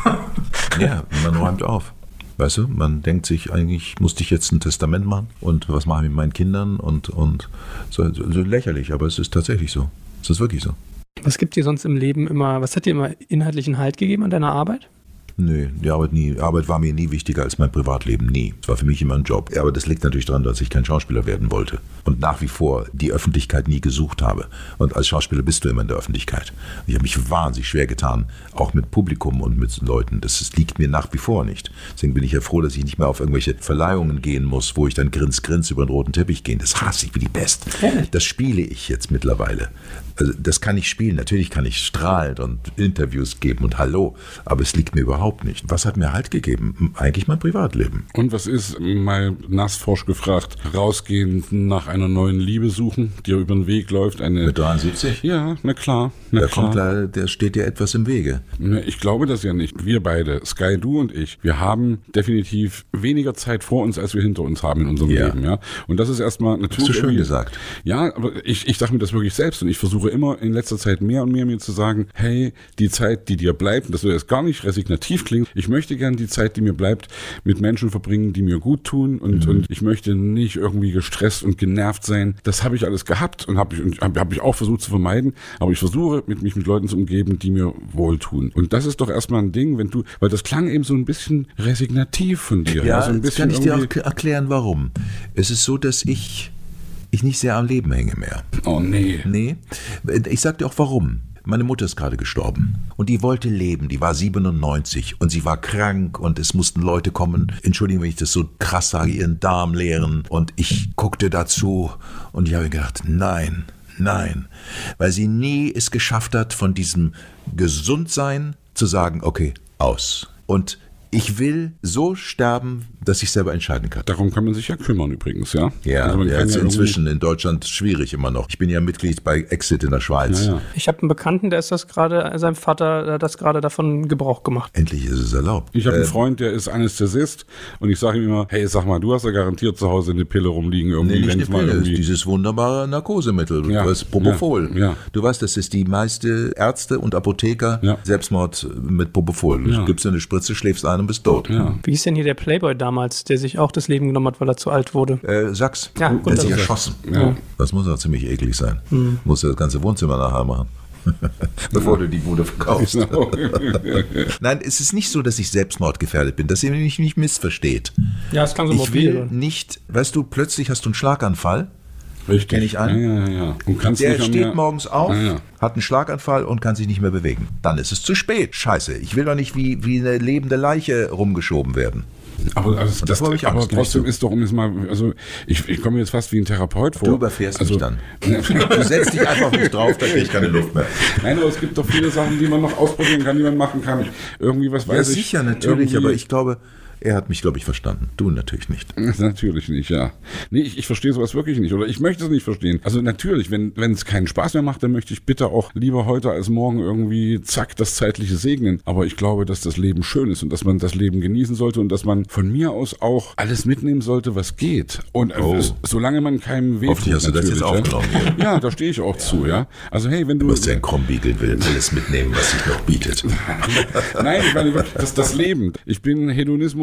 Ja, man räumt auf. Weißt du, man denkt sich, eigentlich musste ich jetzt ein Testament machen und was mache ich mit meinen Kindern und so lächerlich, aber es ist tatsächlich so. Es ist wirklich so. Was gibt dir sonst im Leben was hat dir immer inhaltlichen Halt gegeben an deiner Arbeit? Nö, die Arbeit nie. Arbeit war mir nie wichtiger als mein Privatleben, nie. Es war für mich immer ein Job. Aber das liegt natürlich daran, dass ich kein Schauspieler werden wollte und nach wie vor die Öffentlichkeit nie gesucht habe. Und als Schauspieler bist du immer in der Öffentlichkeit. Ich habe mich wahnsinnig schwer getan, auch mit Publikum und mit Leuten. Das liegt mir nach wie vor nicht. Deswegen bin ich ja froh, dass ich nicht mehr auf irgendwelche Verleihungen gehen muss, wo ich dann grins über den roten Teppich gehe. Das hasse ich wie die Pest. Das spiele ich jetzt mittlerweile. Also das kann ich spielen. Natürlich kann ich strahlen und Interviews geben und Hallo, aber es liegt mir überhaupt nicht. Was hat mir Halt gegeben? Eigentlich mein Privatleben. Und was ist, mal nassforsch gefragt, rausgehen, nach einer neuen Liebe suchen, die über den Weg läuft? Mit 73? Ja, na klar. Der steht dir etwas im Wege. Ich glaube das ja nicht. Wir beide, Sky, du und ich, wir haben definitiv weniger Zeit vor uns, als wir hinter uns haben in unserem Leben. Ja? Und das ist erstmal natürlich... Hast du schön gesagt. Ja, aber ich sage mir das wirklich selbst und ich versuche immer in letzter Zeit mehr und mehr mir zu sagen, hey, die Zeit, die dir bleibt, und das soll jetzt gar nicht resignativ klingen, ich möchte gern die Zeit, die mir bleibt, mit Menschen verbringen, die mir gut tun und ich möchte nicht irgendwie gestresst und genervt sein. Das habe ich alles gehabt und habe ich auch versucht zu vermeiden, aber ich versuche, mich mit Leuten zu umgeben, die mir wohltun. Und das ist doch erstmal ein Ding, weil das klang eben so ein bisschen resignativ von dir. Ja, so ein bisschen kann ich dir auch erklären, warum. Es ist so, dass ich nicht sehr am Leben hänge mehr. Oh nee. Nee, ich sag dir auch warum. Meine Mutter ist gerade gestorben und die wollte leben, die war 97 und sie war krank und es mussten Leute kommen, entschuldigen, wenn ich das so krass sage, ihren Darm leeren und ich guckte dazu und ich habe gedacht, nein, weil sie nie es geschafft hat, von diesem Gesundsein zu sagen, okay, aus. Und ich will so sterben, dass ich selber entscheiden kann. Darum kann man sich ja kümmern übrigens, ja? Ja, also ist inzwischen in Deutschland schwierig immer noch. Ich bin ja Mitglied bei Exit in der Schweiz. Ja. Ich habe einen Bekannten, der ist sein Vater hat das gerade davon Gebrauch gemacht. Endlich ist es erlaubt. Ich habe einen Freund, der ist Anästhesist und ich sage ihm immer, hey, sag mal, du hast ja garantiert zu Hause eine Pille rumliegen irgendwie. Nee, nicht eine Pille, dieses wunderbare Narkosemittel, das Propofol. Ja. Du weißt, das ist die meiste Ärzte und Apotheker Selbstmord mit Propofol. Du gibst dir eine Spritze, schläfst ein und bist tot. Ja. Wie ist denn hier der Playboy damals, der sich auch das Leben genommen hat, weil er zu alt wurde? Sachs. Ja, der hat sich erschossen. Ja. Das muss ja ziemlich eklig sein. Muss ja das ganze Wohnzimmer nachher machen. Bevor du die Bude verkaufst. Nein, es ist nicht so, dass ich selbstmordgefährdet bin, dass ihr mich nicht missversteht. Ja, es klang so ich will nicht, weißt du, plötzlich hast du einen Schlaganfall. Richtig. Kenn ich einen. Ja. Und kannst der nicht steht morgens auf, Ja. hat einen Schlaganfall und kann sich nicht mehr bewegen. Dann ist es zu spät. Scheiße, ich will doch nicht wie eine lebende Leiche rumgeschoben werden. Aber aber trotzdem ist doch, um jetzt mal, also ich komme jetzt fast wie ein Therapeut vor. Du überfährst mich dann. Du setzt dich einfach nicht drauf, da kriege ich keine Luft mehr. Nein, aber es gibt doch viele Sachen, die man noch ausprobieren kann, die man machen kann. Irgendwie, was weiß ich. Ja, sicher, natürlich, aber ich glaube... Er hat mich, glaube ich, verstanden. Du natürlich nicht. Natürlich nicht, ja. Nee, ich verstehe sowas wirklich nicht. Oder ich möchte es nicht verstehen. Also natürlich, wenn es keinen Spaß mehr macht, dann möchte ich bitte auch lieber heute als morgen irgendwie zack das Zeitliche segnen. Aber ich glaube, dass das Leben schön ist und dass man das Leben genießen sollte und dass man von mir aus auch alles mitnehmen sollte, was geht. Und solange man keinem wehtut. Hoffentlich hast du das jetzt aufgenommen. Ja, da stehe ich auch zu, ja. Also hey, wenn du... Du musst ja ein Krombiegel will alles mitnehmen, was sich noch bietet. Nein, ich meine wirklich, das Leben. Ich bin Hedonismus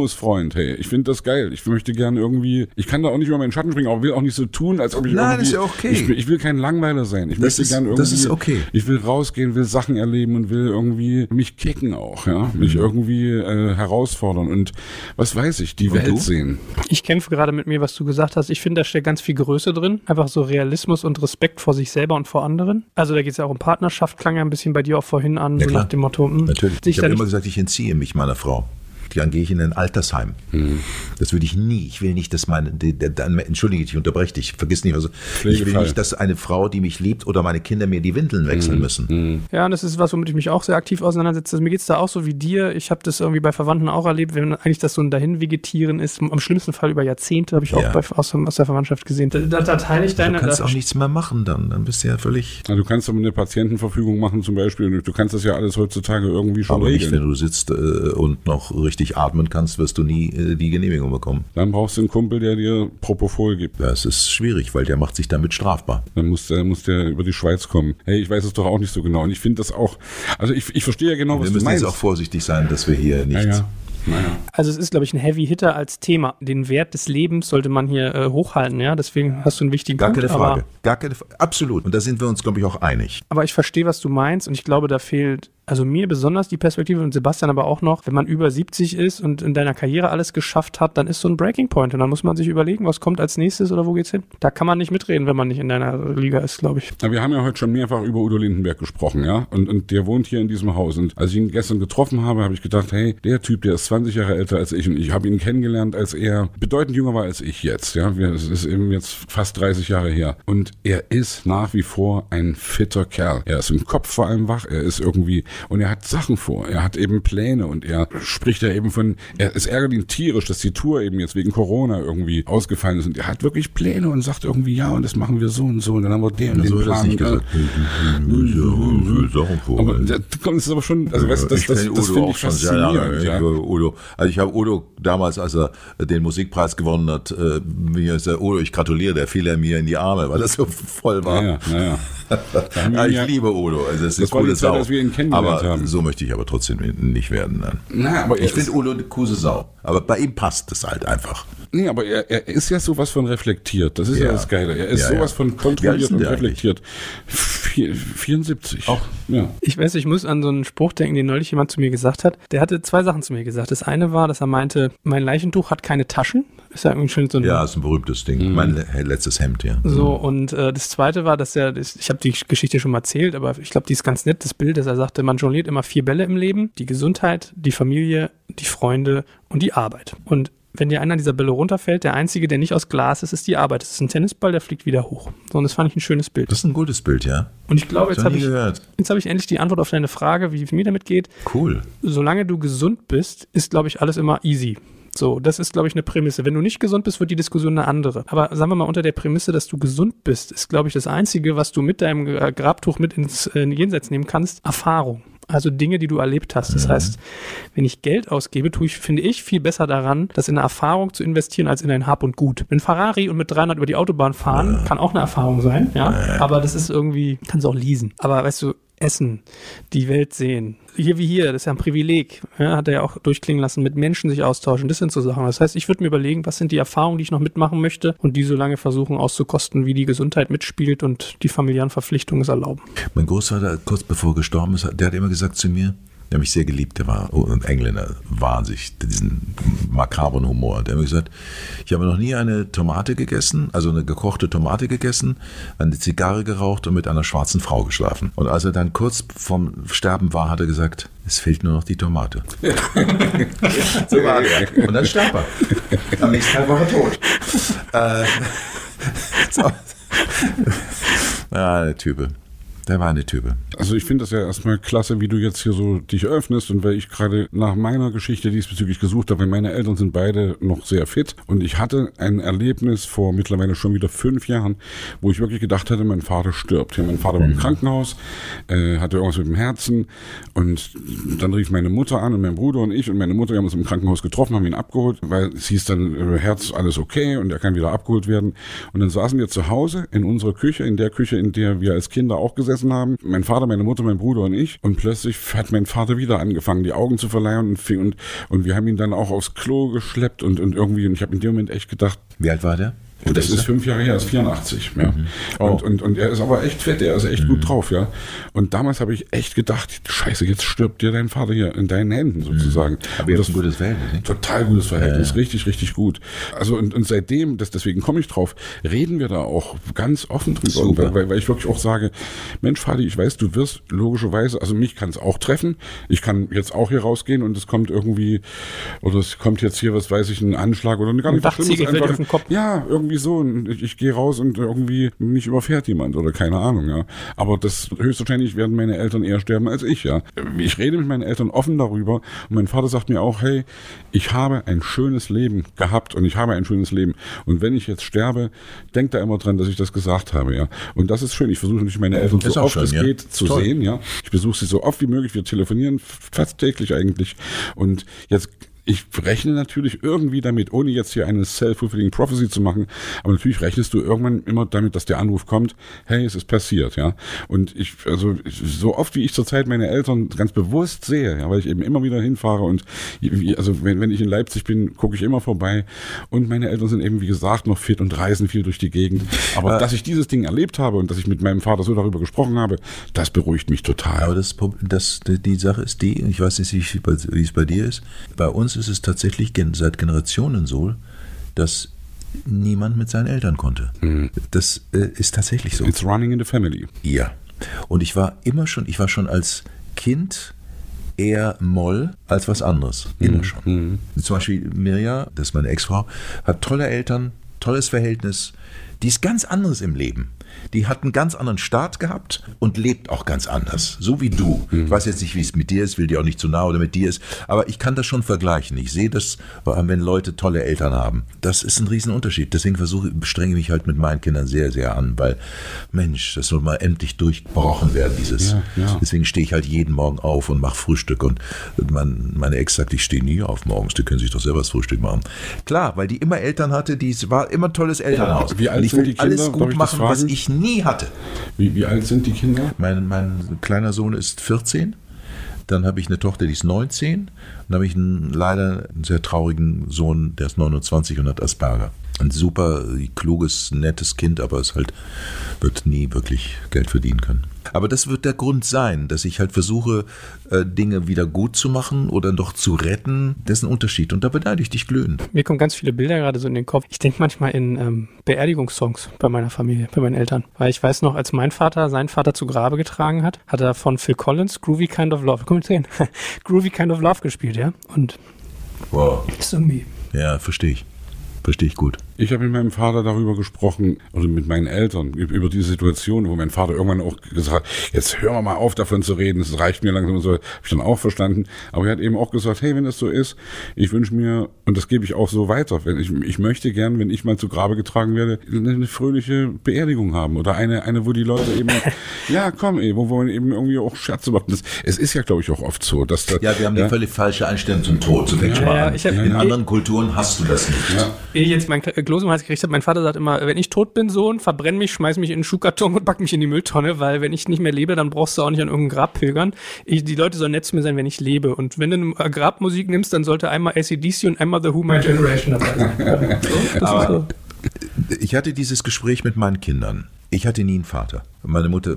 Zirkusfreund, hey. Ich finde das geil. Ich möchte gerne irgendwie, ich kann da auch nicht über meinen Schatten springen, aber will auch nicht so tun, als ob ich Nein, ist ja okay. Ich will kein Langweiler sein. Ich möchte gerne irgendwie, das ist okay. Ich will rausgehen, will Sachen erleben und will irgendwie mich kicken auch, ja. Mich irgendwie herausfordern und was weiß ich, die Welt sehen. Ich kämpfe gerade mit mir, was du gesagt hast. Ich finde, da steckt ganz viel Größe drin. Einfach so Realismus und Respekt vor sich selber und vor anderen. Also da geht es ja auch um Partnerschaft, klang ja ein bisschen bei dir auch vorhin an, ja, so nach dem Motto. Natürlich. Ich habe immer gesagt, ich entziehe mich meiner Frau. Dann gehe ich in ein Altersheim. Das würde ich nie. Ich will nicht, dass entschuldige, ich unterbreche dich, vergiss nicht, ich will nicht, dass eine Frau, die mich liebt oder meine Kinder mir die Windeln wechseln müssen. Ja, und das ist was, womit ich mich auch sehr aktiv auseinandersetze. Also mir geht es da auch so wie dir. Ich habe das irgendwie bei Verwandten auch erlebt, wenn eigentlich das so ein Dahinvegetieren ist. Am schlimmsten Fall über Jahrzehnte, habe ich auch aus der Verwandtschaft gesehen. Da teile ich deine... Du kannst auch nichts mehr machen dann bist du ja völlig... Ja, du kannst aber eine Patientenverfügung machen zum Beispiel. Du kannst das ja alles heutzutage irgendwie schon regeln. Aber nicht, wenn du sitzt und noch richtig atmen kannst, wirst du nie die Genehmigung bekommen. Dann brauchst du einen Kumpel, der dir Propofol gibt. Das ist schwierig, weil der macht sich damit strafbar. Dann muss der über die Schweiz kommen. Hey, ich weiß es doch auch nicht so genau. Und ich finde das auch, also ich verstehe ja genau, was du meinst. Wir müssen jetzt auch vorsichtig sein, dass wir hier nicht... Ja. Naja. Also es ist, glaube ich, ein Heavy Hitter als Thema. Den Wert des Lebens sollte man hier hochhalten, ja. Deswegen hast du einen wichtigen Punkt. Gar keine Frage. Absolut. Und da sind wir uns, glaube ich, auch einig. Aber ich verstehe, was du meinst und ich glaube, da fehlt, also mir besonders die Perspektive und Sebastian aber auch noch, wenn man über 70 ist und in deiner Karriere alles geschafft hat, dann ist so ein Breaking Point und dann muss man sich überlegen, was kommt als nächstes oder wo geht's hin. Da kann man nicht mitreden, wenn man nicht in deiner Liga ist, glaube ich. Ja, wir haben ja heute schon mehrfach über Udo Lindenberg gesprochen, ja. Und der wohnt hier in diesem Haus. Und als ich ihn gestern getroffen habe, habe ich gedacht, hey, der Typ, der ist 20 Jahre älter als ich und ich habe ihn kennengelernt, als er bedeutend jünger war als ich jetzt, ja. Es ist eben jetzt fast 30 Jahre her. Und er ist nach wie vor ein fitter Kerl. Er ist im Kopf vor allem wach, er ist irgendwie, und er hat Sachen vor, er hat eben Pläne und er spricht ja eben von, es ärgert ihn tierisch, dass die Tour eben jetzt wegen Corona irgendwie ausgefallen ist und er hat wirklich Pläne und sagt irgendwie, ja, und das machen wir so und so und dann haben wir den so Plan. Nicht gesagt. Aber das ist aber schon, also weißt, das finde ich faszinierend. Ja. Udo. Also ich habe Udo damals, als er den Musikpreis gewonnen hat, mir gesagt, Udo, ich gratuliere, der fiel er mir in die Arme, weil das so voll war. Ja. Ich liebe Udo, also das ist eine coole Sau. Dass wir ihn kennengelernt haben. So möchte ich aber trotzdem nicht werden. Aber ich finde Udo eine coole Sau, aber bei ihm passt es halt einfach. Nee, aber er ist ja sowas von reflektiert. Das ist ja das Geile. Er ist sowas von kontrolliert und reflektiert. 74. Auch. Ja. Ich weiß, ich muss an so einen Spruch denken, den neulich jemand zu mir gesagt hat. Der hatte 2 Sachen zu mir gesagt. Das eine war, dass er meinte, mein Leichentuch hat keine Taschen. Ist ja irgendwie schön so ein... Ja, ist ein berühmtes Ding. Mein letztes Hemd, ja. So, und das zweite war, dass ich habe die Geschichte schon mal erzählt, aber ich glaube, die ist ganz nett, das Bild, dass er sagte, man jongliert immer 4 Bälle im Leben. Die Gesundheit, die Familie, die Freunde und die Arbeit. Und wenn dir einer dieser Bälle runterfällt, der einzige, der nicht aus Glas ist, ist die Arbeit. Das ist ein Tennisball, der fliegt wieder hoch. So, und das fand ich ein schönes Bild. Das ist ein gutes Bild, ja. Und ich glaube, jetzt habe ich endlich die Antwort auf deine Frage, wie es mir damit geht. Cool. Solange du gesund bist, ist, glaube ich, alles immer easy. So, das ist, glaube ich, eine Prämisse. Wenn du nicht gesund bist, wird die Diskussion eine andere. Aber sagen wir mal, unter der Prämisse, dass du gesund bist, ist, glaube ich, das Einzige, was du mit deinem Grabtuch mit ins Jenseits nehmen kannst, Erfahrung. Also Dinge, die du erlebt hast. Das heißt, wenn ich Geld ausgebe, finde ich viel besser daran, das in eine Erfahrung zu investieren, als in ein Hab und Gut. Wenn Ferrari und mit 300 über die Autobahn fahren, kann auch eine Erfahrung sein, ja. Aber das ist irgendwie, kannst du auch leasen. Aber weißt du, essen, die Welt sehen. Hier wie hier, das ist ja ein Privileg, ja, hat er ja auch durchklingen lassen, mit Menschen sich austauschen, das sind so Sachen. Das heißt, ich würde mir überlegen, was sind die Erfahrungen, die ich noch mitmachen möchte und die so lange versuchen auszukosten, wie die Gesundheit mitspielt und die familiären Verpflichtungen es erlauben. Mein Großvater, kurz bevor er gestorben ist, der hat immer gesagt zu mir, der hat mich sehr geliebt, der war ein Engländer, wahnsinnig, diesen makabren Humor. Der hat mir gesagt, ich habe noch nie eine Tomate gegessen, also eine gekochte Tomate gegessen, eine Zigarre geraucht und mit einer schwarzen Frau geschlafen. Und als er dann kurz vorm Sterben war, hat er gesagt, es fehlt nur noch die Tomate. So war er. Und dann starb er. Am nächsten Tag war er tot. Ja, der Typ. Der war eine Type. Also ich finde das ja erstmal klasse, wie du jetzt hier so dich öffnest und weil ich gerade nach meiner Geschichte diesbezüglich gesucht habe, weil meine Eltern sind beide noch sehr fit und ich hatte ein Erlebnis vor mittlerweile schon wieder 5 Jahren, wo ich wirklich gedacht hatte, mein Vater stirbt. Ja, mein Vater war im Krankenhaus, hatte irgendwas mit dem Herzen und dann rief meine Mutter an und mein Bruder und ich und meine Mutter, wir haben uns im Krankenhaus getroffen, haben ihn abgeholt, weil es hieß dann, Herz, alles okay und er kann wieder abgeholt werden. Und dann saßen wir zu Hause in unserer Küche, in der Küche, in der wir als Kinder auch gesessen gesessen haben. Mein Vater, meine Mutter, mein Bruder und ich. Und plötzlich hat mein Vater wieder angefangen, die Augen zu verleihen und wir haben ihn dann auch aufs Klo geschleppt und irgendwie, und ich habe in dem Moment echt gedacht. Wie alt war der? Und das ist 5 Jahre her, ist 84. Ja. Und er ist aber echt fett, er ist echt gut drauf, ja. Und damals habe ich echt gedacht, Scheiße, jetzt stirbt dir dein Vater hier in deinen Händen sozusagen. Aber ihr habt ein gutes Verhältnis, ne? Total gutes Verhältnis, richtig, richtig gut. Also und seitdem, deswegen komme ich drauf, reden wir da auch ganz offen drüber. Weil ich wirklich auch sage, Mensch, Vati, ich weiß, du wirst logischerweise, also mich kann es auch treffen. Ich kann jetzt auch hier rausgehen und es kommt irgendwie, oder es kommt jetzt hier, was weiß ich, ein Anschlag oder gar nicht was Schlimmes. Einfach, auf den Kopf. Ja, irgendwie so, und ich gehe raus und irgendwie mich überfährt jemand oder keine Ahnung, ja. Aber das höchstwahrscheinlich werden meine Eltern eher sterben als ich, ja. Ich rede mit meinen Eltern offen darüber und mein Vater sagt mir auch, hey, ich habe ein schönes Leben gehabt und ich habe ein schönes Leben und wenn ich jetzt sterbe, denk da immer dran, dass ich das gesagt habe, ja. Und das ist schön. Ich versuche natürlich meine Eltern so oft es geht zu sehen, ja. Ich besuche sie so oft wie möglich. Wir telefonieren fast täglich eigentlich und jetzt ich rechne natürlich irgendwie damit, ohne jetzt hier eine self-fulfilling prophecy zu machen, aber natürlich rechnest du irgendwann immer damit, dass der Anruf kommt, hey, es ist passiert, ja. Und so oft wie ich zurzeit meine Eltern ganz bewusst sehe, ja, weil ich eben immer wieder hinfahre und also wenn ich in Leipzig bin, gucke ich immer vorbei und meine Eltern sind eben, wie gesagt, noch fit und reisen viel durch die Gegend. Aber dass ich dieses Ding erlebt habe und dass ich mit meinem Vater so darüber gesprochen habe, das beruhigt mich total. Aber die Sache ist die, ich weiß nicht, wie es bei dir ist, bei uns ist es tatsächlich seit Generationen so, dass niemand mit seinen Eltern konnte. Das ist tatsächlich so. It's running in the family. Ja. Und ich war schon als Kind eher Moll als was anderes. Immer schon. Zum Beispiel Mirja, das ist meine Ex-Frau, hat tolle Eltern, tolles Verhältnis. Die ist ganz anderes im Leben. Die hat einen ganz anderen Start gehabt und lebt auch ganz anders. So wie du. Ich weiß jetzt nicht, wie es mit dir ist, will dir auch nicht zu nah oder mit dir ist, aber ich kann das schon vergleichen. Ich sehe das, wenn Leute tolle Eltern haben. Das ist ein Riesenunterschied. Deswegen strenge mich halt mit meinen Kindern sehr, sehr an, weil, Mensch, das soll mal endlich durchbrochen werden, dieses. Ja. Deswegen stehe ich halt jeden Morgen auf und mache Frühstück und meine Ex sagt, ich stehe nie auf morgens, die können sich doch selber das Frühstück machen. Klar, weil die immer Eltern hatte, war immer ein tolles Elternhaus. Wie alt sind die Kinder? Alles gut machen, was ich nie hatte. Wie alt sind die Kinder? Mein kleiner Sohn ist 14, dann habe ich eine Tochter, die ist 19, und dann habe ich leider einen sehr traurigen Sohn, der ist 29 und hat Asperger. Ein super kluges, nettes Kind, aber wird nie wirklich Geld verdienen können. Aber das wird der Grund sein, dass ich halt versuche, Dinge wieder gut zu machen oder doch zu retten. Das ist ein Unterschied und da beneide ich dich glühend. Mir kommen ganz viele Bilder gerade so in den Kopf. Ich denke manchmal in Beerdigungssongs bei meiner Familie, bei meinen Eltern. Weil ich weiß noch, als mein Vater seinen Vater zu Grabe getragen hat er von Phil Collins Groovy Kind of Love, Groovy Kind of Love gespielt, ja. Und wow. Ist irgendwie. Ja, verstehe ich. Verstehe ich gut. Ich habe mit meinem Vater darüber gesprochen, oder mit meinen Eltern, über diese Situation, wo mein Vater irgendwann auch gesagt hat, jetzt hören wir mal auf, davon zu reden, es reicht mir langsam und so, habe ich dann auch verstanden. Aber er hat eben auch gesagt, hey, wenn das so ist, ich wünsche mir, und das gebe ich auch so weiter, ich möchte gern, wenn ich mal zu Grabe getragen werde, eine fröhliche Beerdigung haben oder eine, wo die Leute eben, ja, komm, wo man eben irgendwie auch Scherze machen. Es ist ja, glaube ich, auch oft so, dass da... Ja, wir haben die völlig falsche Einstellung zum Tod, zu in anderen Kulturen hast du das nicht. Ja. Ehe ich jetzt mein Kloß im Hals gekriegt habe, mein Vater sagt immer, wenn ich tot bin, Sohn, verbrenn mich, schmeiß mich in einen Schuhkarton und pack mich in die Mülltonne, weil wenn ich nicht mehr lebe, dann brauchst du auch nicht an irgendein Grab pilgern. Die Leute sollen nett zu mir sein, wenn ich lebe. Und wenn du eine Grabmusik nimmst, dann sollte einmal AC/DC und einmal The Who My Generation dabei sein. Aber ich hatte dieses Gespräch mit meinen Kindern. Ich hatte nie einen Vater. Meine Mutter,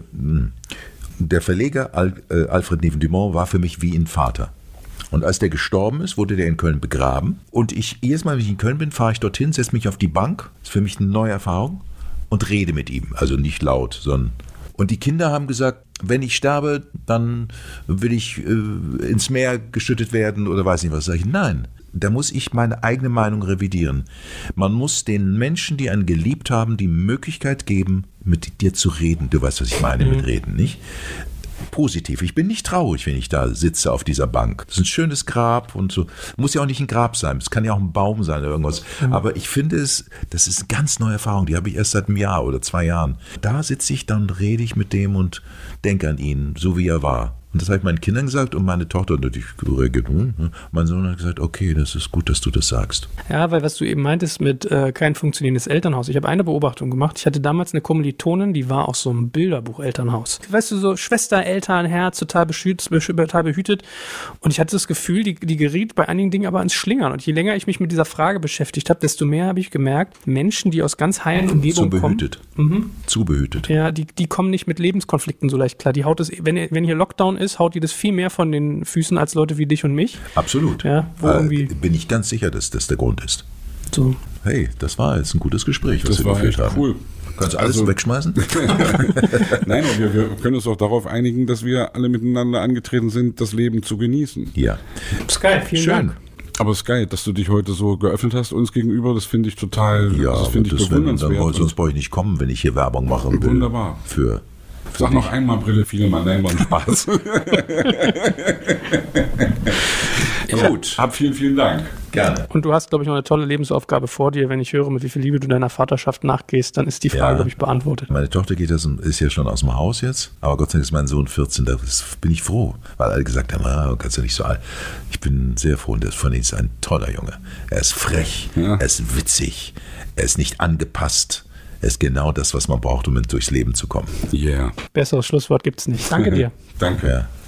der Verleger Alfred Neven-Dumont war für mich wie ein Vater. Und als der gestorben ist, wurde der in Köln begraben. Und jedes Mal, wenn ich in Köln bin, fahre ich dorthin, setze mich auf die Bank, das ist für mich eine neue Erfahrung, und rede mit ihm. Also nicht laut, sondern... Und die Kinder haben gesagt, wenn ich sterbe, dann will ich ins Meer geschüttet werden oder weiß nicht was. Sag ich, nein, da muss ich meine eigene Meinung revidieren. Man muss den Menschen, die einen geliebt haben, die Möglichkeit geben, mit dir zu reden. Du weißt, was ich meine mit reden, nicht? Positiv. Ich bin nicht traurig, wenn ich da sitze auf dieser Bank. Das ist ein schönes Grab und so. Muss ja auch nicht ein Grab sein. Es kann ja auch ein Baum sein oder irgendwas. Aber ich finde das ist eine ganz neue Erfahrung. Die habe ich erst seit einem Jahr oder 2 Jahren. Da sitze ich, dann rede ich mit dem und denke an ihn, so wie er war. Und das habe ich meinen Kindern gesagt und meine Tochter natürlich reagiert. Mein Sohn hat gesagt, okay, das ist gut, dass du das sagst. Ja, weil was du eben meintest mit kein funktionierendes Elternhaus. Ich habe eine Beobachtung gemacht. Ich hatte damals eine Kommilitonin, die war aus so einem Bilderbuch-Elternhaus. Weißt du, so Schwester, Eltern, Herz, total behütet. Und ich hatte das Gefühl, die geriet bei einigen Dingen aber ins Schlingern. Und je länger ich mich mit dieser Frage beschäftigt habe, desto mehr habe ich gemerkt, Menschen, die aus ganz heilen Umgebungen kommen. Zu behütet. Ja, die kommen nicht mit Lebenskonflikten so leicht klar. Die haut es, wenn hier Lockdown ist, haut die das viel mehr von den Füßen als Leute wie dich und mich. Absolut. Ja, bin ich ganz sicher, dass das der Grund ist. So. Hey, das war jetzt ein gutes Gespräch, was wir geführt haben. Cool. Kannst du alles wegschmeißen? Nein, wir können uns auch darauf einigen, dass wir alle miteinander angetreten sind, das Leben zu genießen. Ja. Sky, vielen Dank. Aber Sky, dass du dich heute so geöffnet hast uns gegenüber, das finde ich total bewundernswert. Sonst brauche ich nicht kommen, wenn ich hier Werbung machen will. Wunderbar. Sag noch einmal Brille, Fielmann, nein, war ein Spaß. Gut. Hab vielen Dank. Gerne. Und du hast, glaube ich, noch eine tolle Lebensaufgabe vor dir. Wenn ich höre, mit wie viel Liebe du deiner Vaterschaft nachgehst, dann ist die Frage, glaube ich, beantwortet. Meine Tochter ist ja schon aus dem Haus jetzt, aber Gott sei Dank ist mein Sohn 14, da bin ich froh, weil alle gesagt haben, kannst du nicht so alt. Ich bin sehr froh und von ihm ist ein toller Junge. Er ist frech, er ist witzig, er ist nicht angepasst. Er ist genau das, was man braucht, um durchs Leben zu kommen. Besseres Schlusswort gibt's nicht. Danke dir. Danke. Ja.